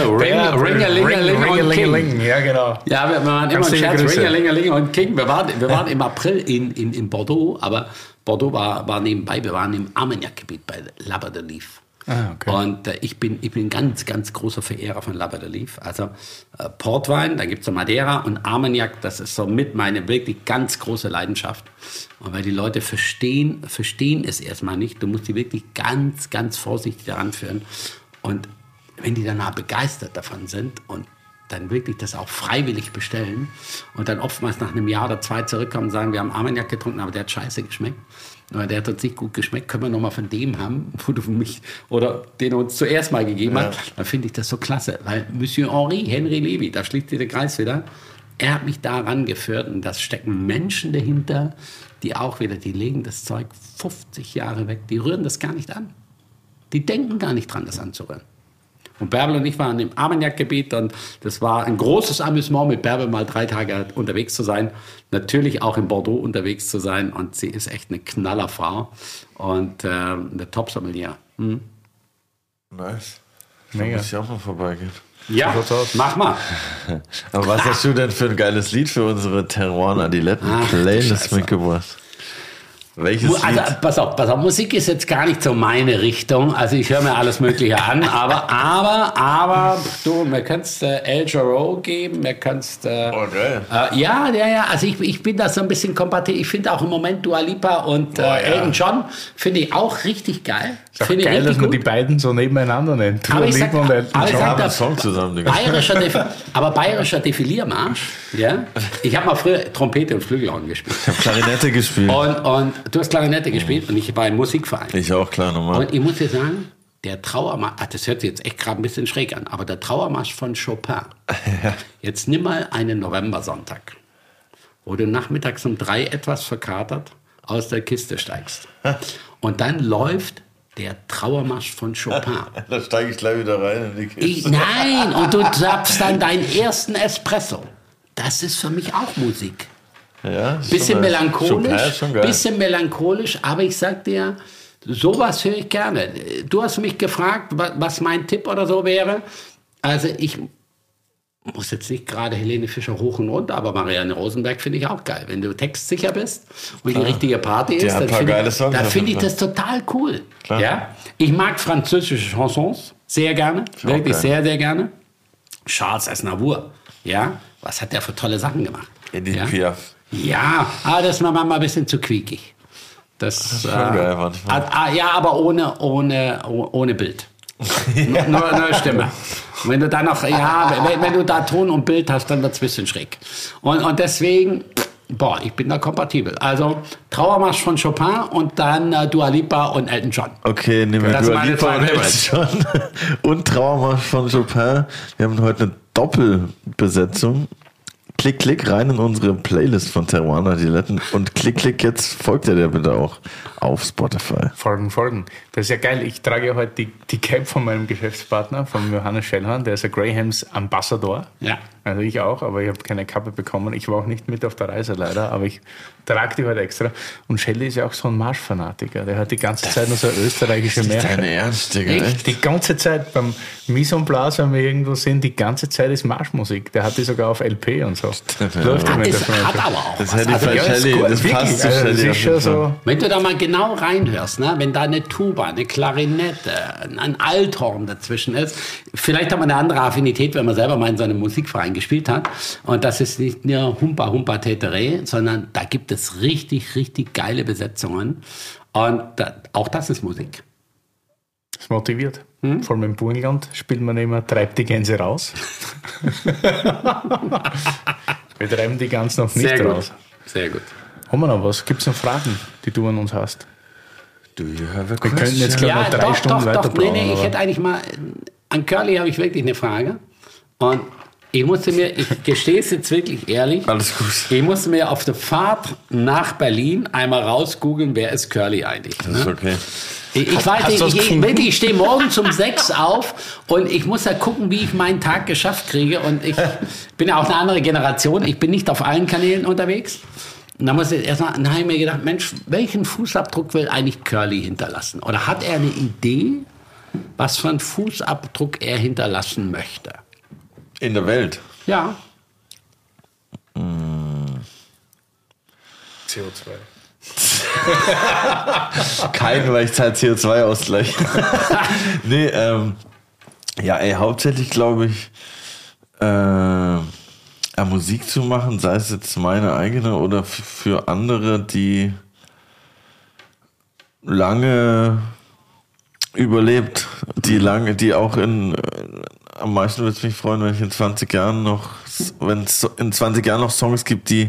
Ringelingeling. Ja, genau. Ja, wir waren immer im Scherz, Ringelingeling und King. Wir waren im April in Bordeaux, aber Bordeaux war nebenbei. Wir waren im Armagnac-Gebiet bei Labeur de Lief. Ah, okay. Und ich bin ganz, ganz großer Verehrer von Labeur de Lief. Also Portwein, da gibt es so Madeira und Armagnac, das ist so mit meine wirklich ganz große Leidenschaft. Und weil die Leute verstehen es erstmal nicht. Du musst die wirklich ganz, ganz vorsichtig daran führen. Und wenn die danach begeistert davon sind und dann wirklich das auch freiwillig bestellen und dann oftmals nach einem Jahr oder 2 zurückkommen und sagen, wir haben Armagnac getrunken, aber der hat scheiße geschmeckt. Oder der hat uns nicht gut geschmeckt, können wir noch mal von dem haben, wo du mich oder den uns zuerst mal gegeben hast, dann finde ich das so klasse. Weil Monsieur Henry Levy, da schließt sich der Kreis wieder, er hat mich da rangeführt und da stecken Menschen dahinter, die auch wieder, die legen das Zeug 50 Jahre weg, die rühren das gar nicht an. Die denken gar nicht dran, das anzurühren. Und Bärbel und ich waren im Armagnac-Gebiet und das war ein großes Amüsement, mit Bärbel mal 3 Tage unterwegs zu sein. Natürlich auch in Bordeaux unterwegs zu sein und sie ist echt eine Knallerfrau und eine Top-Sommelier. Nice. Mega. Da muss ich auch mal vorbeigehen. Ja, mach mal. Aber was hast du denn für ein geiles Lied für unsere Terroir Adiletten Playlist mitgebracht? Welches Lied? Also, pass auf, Musik ist jetzt gar nicht so meine Richtung. Also ich höre mir alles Mögliche an, aber du, mir kannst El Jarreau geben, mir kannst ja, also ich bin da so ein bisschen kompatibel. Ich finde auch im Moment Dua Lipa und Elton John finde ich auch richtig geil. Ist auch geil, dass man die beiden so nebeneinander nennt. Dua Lipa und Elton John. Haben einen Song zusammen. Bayerischer Defiliermarsch. Ja? Ich habe mal früher Trompete und Flügelhorn gespielt. Ich habe Klarinette gespielt. Und du hast Klarinette gespielt und ich war im Musikverein. Ich auch, klar, normal. Und ich muss dir sagen, der Trauermarsch, das hört sich jetzt echt gerade ein bisschen schräg an, aber der Trauermarsch von Chopin. Jetzt nimm mal einen Novembersonntag, wo du nachmittags um 3 etwas verkatert aus der Kiste steigst. Und dann läuft der Trauermarsch von Chopin. Da steige ich gleich wieder rein in die Kiste. Nein, und du zapfst dann deinen ersten Espresso. Das ist für mich auch Musik. Ja, bisschen melancholisch, aber ich sag dir, sowas höre ich gerne. Du hast mich gefragt, was mein Tipp oder so wäre. Also ich muss jetzt nicht gerade Helene Fischer hoch und runter, aber Marianne Rosenberg finde ich auch geil. Wenn du textsicher bist und die richtige Party ist, dann finde ich das total cool. Ja? Ich mag französische Chansons sehr gerne, wirklich sehr, sehr gerne. Charles Aznavour, ja, was hat der für tolle Sachen gemacht? Edith Piaf. Ja, aber das ist mir manchmal ein bisschen zu quiekig. Das ist schon geil manchmal. Ja, aber ohne Bild. nur Stimme. Wenn du da noch, wenn du da Ton und Bild hast, dann wird es ein bisschen schräg. Und deswegen, ich bin da kompatibel. Also Trauermarsch von Chopin und dann Dua Lipa und Elton John. Okay, nehmen wir Dua Lipa und Elton John und Trauermarsch von Chopin. Wir haben heute eine Doppelbesetzung. Klick rein in unsere Playlist von Teruana Diletten und klick, jetzt folgt ihr der bitte auch auf Spotify. Folgen. Das ist ja geil. Ich trage ja heute die Cap von meinem Geschäftspartner, von Johannes Schellhorn, der ist ein Grahams Ambassador. Ja. Also ich auch, aber ich habe keine Kappe bekommen. Ich war auch nicht mit auf der Reise leider, aber ich trage die heute extra. Und Shelley ist ja auch so ein Marschfanatiker. Der hat die ganze Zeit nur so österreichische Märchen. Dein Ernst, Digga? Echt? Die ganze Zeit beim Mise en Place, wenn wir irgendwo sind, die ganze Zeit ist Marschmusik. Der hat die sogar auf LP und so. Läuft hat aber auch. Das hätte ich bei Shelley, das passt zu Shelley. So. Wenn du da mal genau reinhörst, ne? Wenn da eine Tuba, eine Klarinette, ein Althorn dazwischen ist, vielleicht hat man eine andere Affinität, wenn man selber mal in so einem Musikverein gespielt hat. Und das ist nicht nur Humpa Täteré, sondern da gibt es richtig, richtig geile Besetzungen. Und auch das ist Musik. Das motiviert. Vor allem im Burgenland spielt man immer Treibt die Gänse raus. Wir treiben die Gans noch nicht raus. Sehr gut. Haben wir noch was? Gibt es noch Fragen, die du an uns hast? Wir können jetzt gleich noch 3 Stunden weiter plaudern. Nee, ich hätte eigentlich mal, an Curly habe ich wirklich eine Frage. Und ich gestehe es jetzt wirklich ehrlich. Alles gut. Ich musste mir auf der Fahrt nach Berlin einmal rausgoogeln, wer ist Curly eigentlich. Das ist okay. Ich weiß nicht, ich stehe morgens um 6 auf und ich muss ja gucken, wie ich meinen Tag geschafft kriege. Und ich bin ja auch eine andere Generation. Ich bin nicht auf allen Kanälen unterwegs. Und dann habe ich mir gedacht, Mensch, welchen Fußabdruck will eigentlich Curly hinterlassen? Oder hat er eine Idee, was für einen Fußabdruck er hinterlassen möchte? In der Welt? Ja. CO2. Kein, weil ich zahle CO2-Ausgleich. Nee, hauptsächlich glaube ich, Musik zu machen, sei es jetzt meine eigene oder für andere, die lange überlebt, die auch am meisten würde es mich freuen, wenn ich in 20 Jahren noch, wenn es in 20 Jahren noch Songs gibt, die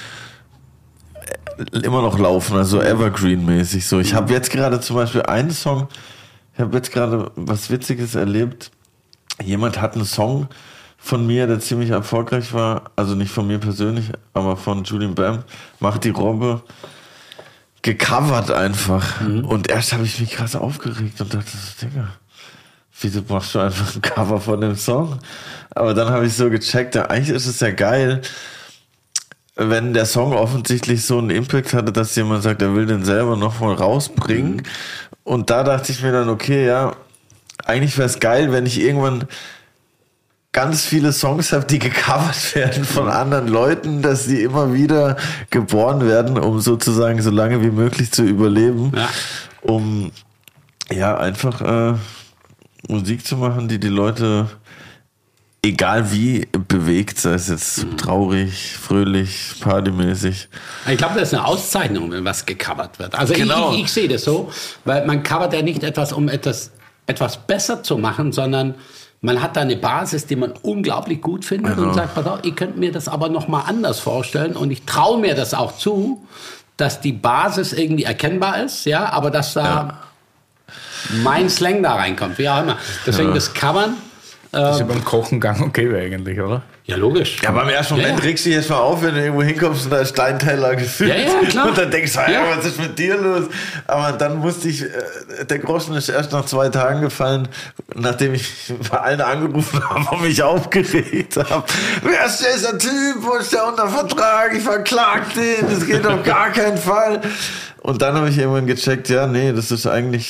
immer noch laufen, also Evergreen-mäßig so. Ich habe jetzt gerade zum Beispiel einen Song, ich habe jetzt gerade was Witziges erlebt. Jemand hat einen Song von mir, der ziemlich erfolgreich war, also nicht von mir persönlich, aber von Julian Bam, Macht die Robbe, gecovert einfach. Und erst habe ich mich krass aufgeregt und dachte so, Digga, wieso machst du einfach ein Cover von dem Song? Aber dann habe ich so gecheckt, ja, eigentlich ist es ja geil, wenn der Song offensichtlich so einen Impact hatte, dass jemand sagt, er will den selber noch mal rausbringen. Und da dachte ich mir dann, okay, ja, eigentlich wäre es geil, wenn ich irgendwann ganz viele Songs habe, die gecovert werden von anderen Leuten, dass die immer wieder geboren werden, um sozusagen so lange wie möglich zu überleben, um einfach Musik zu machen, die Leute, egal wie, bewegt, sei es jetzt traurig, fröhlich, partymäßig. Ich glaube, das ist eine Auszeichnung, wenn was gecovert wird. Also genau. ich sehe das so, weil man covert ja nicht etwas, um etwas besser zu machen, sondern man hat da eine Basis, die man unglaublich gut findet und sagt, pass auf, ihr könnt mir das aber noch mal anders vorstellen und ich traue mir das auch zu, dass die Basis irgendwie erkennbar ist, ja, aber dass da mein Slang da reinkommt, wie auch immer. Deswegen das Covern. Das ist ja beim Kochen gang und gäbe eigentlich, oder? Ja, logisch. Ja, beim ersten Moment regst du dich jetzt mal auf, wenn du irgendwo hinkommst und da ist dein Teller gefüllt. Ja, klar. Und dann denkst du, was ist mit dir los? Aber dann musste ich, der Groschen ist erst nach 2 Tagen gefallen, nachdem ich bei allen angerufen habe und mich aufgeregt habe. Wer ist dieser Typ? Wo ist der unter Vertrag? Ich verklag den, das geht auf gar keinen Fall. Und dann habe ich irgendwann gecheckt, das ist eigentlich...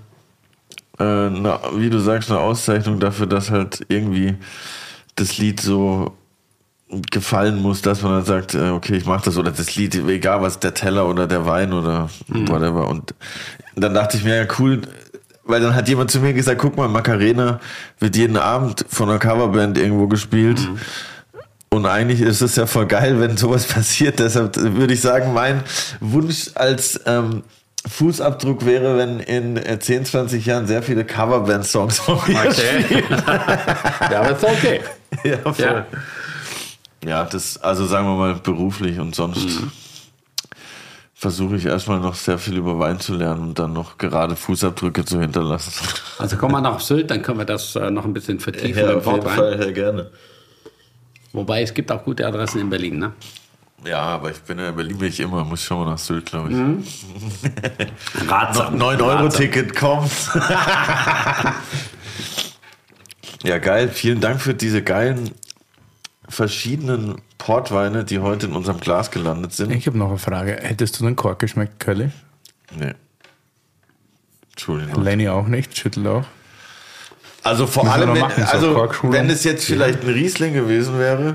wie du sagst, eine Auszeichnung dafür, dass halt irgendwie das Lied so gefallen muss, dass man dann sagt, okay, ich mache das, oder das Lied, egal was, der Teller oder der Wein oder whatever. Und dann dachte ich mir, ja cool, weil dann hat jemand zu mir gesagt, guck mal, Macarena wird jeden Abend von einer Coverband irgendwo gespielt. Und eigentlich ist es ja voll geil, wenn sowas passiert. Deshalb würde ich sagen, mein Wunsch als Fußabdruck wäre, wenn in 10, 20 Jahren sehr viele Coverband-Songs von mir spielen. Ja, aber ist okay. Ja, voll. Ja, das, also sagen wir mal beruflich und sonst versuche ich erstmal noch sehr viel über Wein zu lernen und dann noch gerade Fußabdrücke zu hinterlassen. Also kommen wir nach Sylt, dann können wir das noch ein bisschen vertiefen. Ja, auf jeden Fall, sehr gerne. Wobei, es gibt auch gute Adressen in Berlin, ne? Ja, aber ich bin ja in Berlin, ich immer, muss schon mal nach Sylt, glaube ich. Ratsam. 9-Euro-Ticket kommt. Ja, geil. Vielen Dank für diese geilen verschiedenen Portweine, die heute in unserem Glas gelandet sind. Ich habe noch eine Frage. Hättest du den Kork geschmeckt, Kölli? Nee. Entschuldigung. Lenny auch nicht, schüttelt auch. Also vor allem, wenn es jetzt vielleicht ein Riesling gewesen wäre,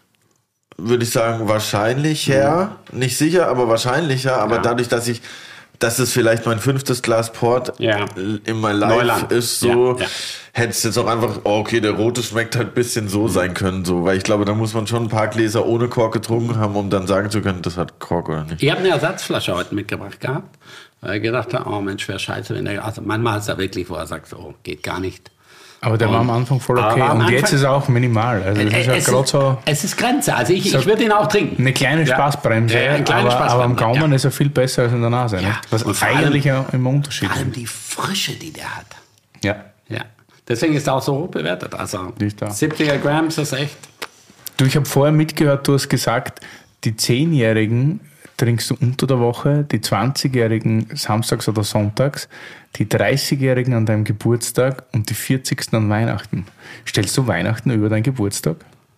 würde ich sagen, wahrscheinlicher, nicht sicher, aber wahrscheinlicher, aber dadurch, dass es vielleicht mein 5. Glas Port in my life Neuland ist, so, hätte es jetzt auch einfach, okay, der rote schmeckt halt ein bisschen so sein können, so, weil ich glaube, da muss man schon ein paar Gläser ohne Kork getrunken haben, um dann sagen zu können, das hat Kork oder nicht. Ich habe eine Ersatzflasche heute mitgebracht gehabt, weil ich gedacht habe, oh Mensch, wäre scheiße, wenn der, also manchmal ist er wirklich, wo er sagt, so, geht gar nicht. Aber der war am Anfang voll okay. Und jetzt ist er auch minimal. Also das ist ja gerade so. Es ist Grenze. Also ich würde ihn auch trinken. Eine kleine Spaßbremse. Aber am Gaumen ist er viel besser als in der Nase. Ja. Was und eigentlich immer Unterschied ist. Vor allem die Frische, die der hat. Ja. Deswegen ist er auch so hoch bewertet. Also 70er Gramm ist echt. Du, ich habe vorher mitgehört, du hast gesagt, die 10-Jährigen trinkst du unter der Woche, die 20-Jährigen samstags oder sonntags, die 30-Jährigen an deinem Geburtstag und die 40. an Weihnachten. Stellst du Weihnachten über deinen Geburtstag?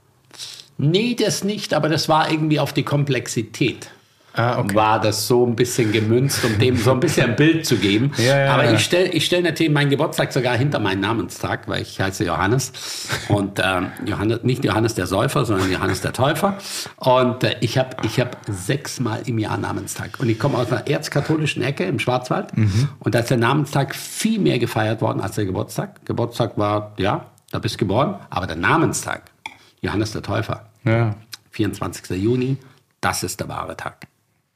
Nee, das nicht, aber das war irgendwie auf die Komplexität. Okay. War das so ein bisschen gemünzt, um dem so ein bisschen ein Bild zu geben. Aber ich stell natürlich meinen Geburtstag sogar hinter meinen Namenstag, weil ich heiße Johannes. Und nicht Johannes der Säufer, sondern Johannes der Täufer. Und ich hab 6-mal im Jahr Namenstag. Und ich komme aus einer erzkatholischen Ecke im Schwarzwald. Und da ist der Namenstag viel mehr gefeiert worden als der Geburtstag. Geburtstag war, da bist du geboren. Aber der Namenstag, Johannes der Täufer, 24. Juni, das ist der wahre Tag.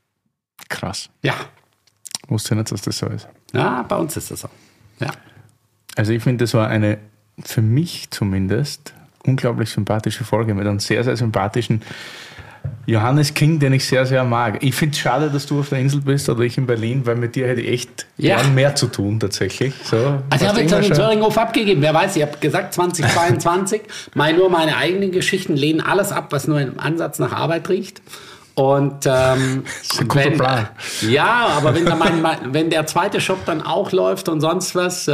Krass. Ja. Wusste nicht, dass das so ist. Ja, bei uns ist das so. Ja. Also ich finde, das war eine, für mich zumindest, unglaublich sympathische Folge mit einem sehr, sehr sympathischen Johannes King, den ich sehr, sehr mag. Ich finde es schade, dass du auf der Insel bist oder ich in Berlin, weil mit dir hätte ich echt gern mehr zu tun tatsächlich. So, also ich habe jetzt einen Zöllinghof abgegeben. Wer weiß, ich habe gesagt 2022, nur meine eigenen Geschichten lehnen alles ab, was nur im Ansatz nach Arbeit riecht. Und ein guter Plan. Ja, aber wenn der zweite Shop dann auch läuft und sonst was,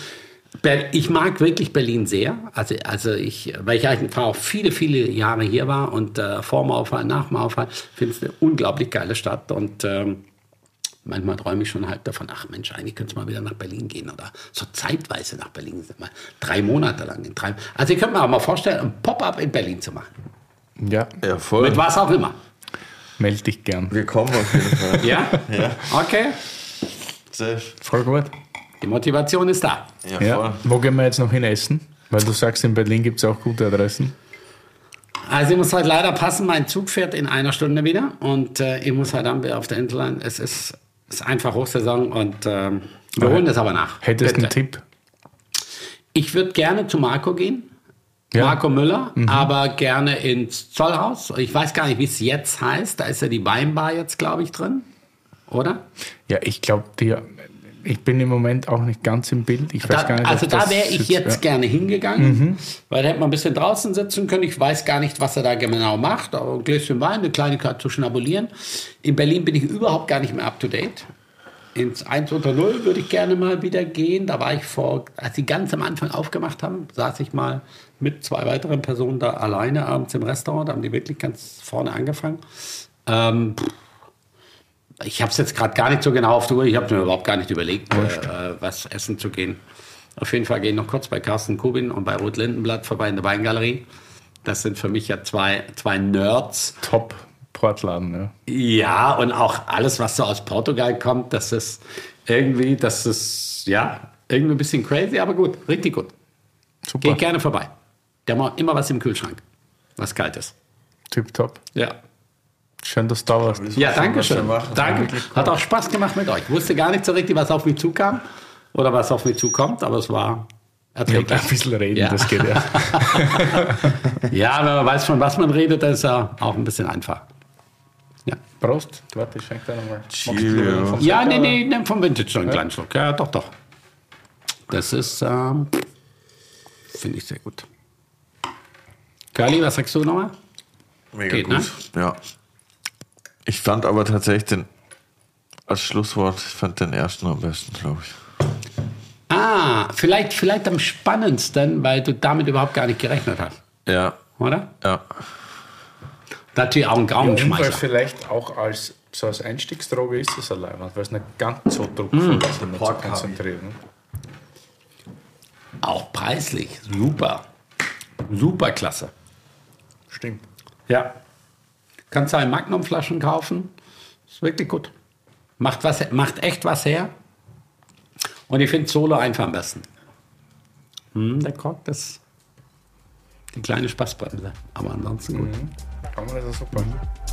ich mag wirklich Berlin sehr. Weil ich einfach auch viele, viele Jahre hier war und vor dem Aufenthalt, nach dem Aufenthalt, finde es eine unglaublich geile Stadt und manchmal träume ich schon halb davon, ach Mensch, eigentlich könnte es mal wieder nach Berlin gehen oder so zeitweise nach Berlin, mal 3 Monate lang. Also ich könnte mir auch mal vorstellen, ein Pop-up in Berlin zu machen. Ja, voll. Mit was auch immer. melde dich gern. Wir kommen auf jeden Fall. Ja? Ja. Okay. Safe. Voll gut. Die Motivation ist da. Ja, voll. Ja. Wo gehen wir jetzt noch hin essen? Weil du sagst, in Berlin gibt es auch gute Adressen. Also ich muss halt leider passen, mein Zug fährt in 1 Stunde wieder und ich muss halt dann wieder auf der Interline. Es ist einfach Hochsaison und wir holen das aber nach. Hättest du Bitte. einen Tipp? Ich würde gerne zu Marco gehen. Ja. Marco Müller, aber gerne ins Zollhaus. Ich weiß gar nicht, wie es jetzt heißt. Da ist ja die Weinbar jetzt, glaube ich, drin. Oder? Ja, ich glaube, ich bin im Moment auch nicht ganz im Bild. Ich weiß gar nicht, also ob da das wäre ich jetzt gerne hingegangen, weil da hätte man ein bisschen draußen sitzen können. Ich weiß gar nicht, was er da genau macht. Aber ein Gläschen Wein, eine Kleinigkeit zu schnabulieren. In Berlin bin ich überhaupt gar nicht mehr up to date. Ins 1 unter 0 würde ich gerne mal wieder gehen. Da war ich als sie ganz am Anfang aufgemacht haben, saß ich mal mit 2 weiteren Personen da alleine abends im Restaurant. Da haben die wirklich ganz vorne angefangen. Ich habe es jetzt gerade gar nicht so genau auf der Uhr. Ich habe mir überhaupt gar nicht überlegt, was essen zu gehen. Auf jeden Fall gehe ich noch kurz bei Carsten Kubin und bei Ruth Lindenblatt vorbei in der Weingalerie. Das sind für mich ja zwei Nerds. Top Portladen, ja. Ja, und auch alles, was so aus Portugal kommt, das ist irgendwie ein bisschen crazy, aber gut, richtig gut. Super. Geh gerne vorbei. Der hat immer was im Kühlschrank, was kalt ist. Tipptopp. Ja. Schön, dass du da warst. Ja, danke schön. machen. Danke. Hat auch Spaß gemacht mit euch. Ich wusste gar nicht so richtig, was auf mich zukam oder was auf mich zukommt, aber es war erträglich. Ein bisschen reden, Ja. das geht ja. Ja, wenn man weiß, von was man redet, dann ist ja auch ein bisschen einfach. Ja, Prost. Warte, ich schenke da nochmal. Cheerio. ja nee, nimm vom Vintage noch einen kleinen Schluck. Ja, doch. Das ist, finde ich sehr gut. Curly, was sagst du nochmal? Mega Geht, gut. Ja. Ich fand aber tatsächlich als Schlusswort, ich fand den ersten am besten, glaube ich. Vielleicht am spannendsten, weil du damit überhaupt gar nicht gerechnet hast, Ja. oder? Ja. Natürlich auch ein Gaumenschmeißer. vielleicht auch als Einstiegsdroge ist es allein, weil es nicht ganz so druckvoll ist, um zu konzentrieren. Auch preislich, super. Super klasse. Stimmt. Ja. Kannst du in Magnum-Flaschen kaufen. Ist wirklich gut. Macht echt was her. Und ich finde Solo einfach am besten. Der Kork, das ist die kleine Spaßbremse. Aber ansonsten gut. Kann man das super.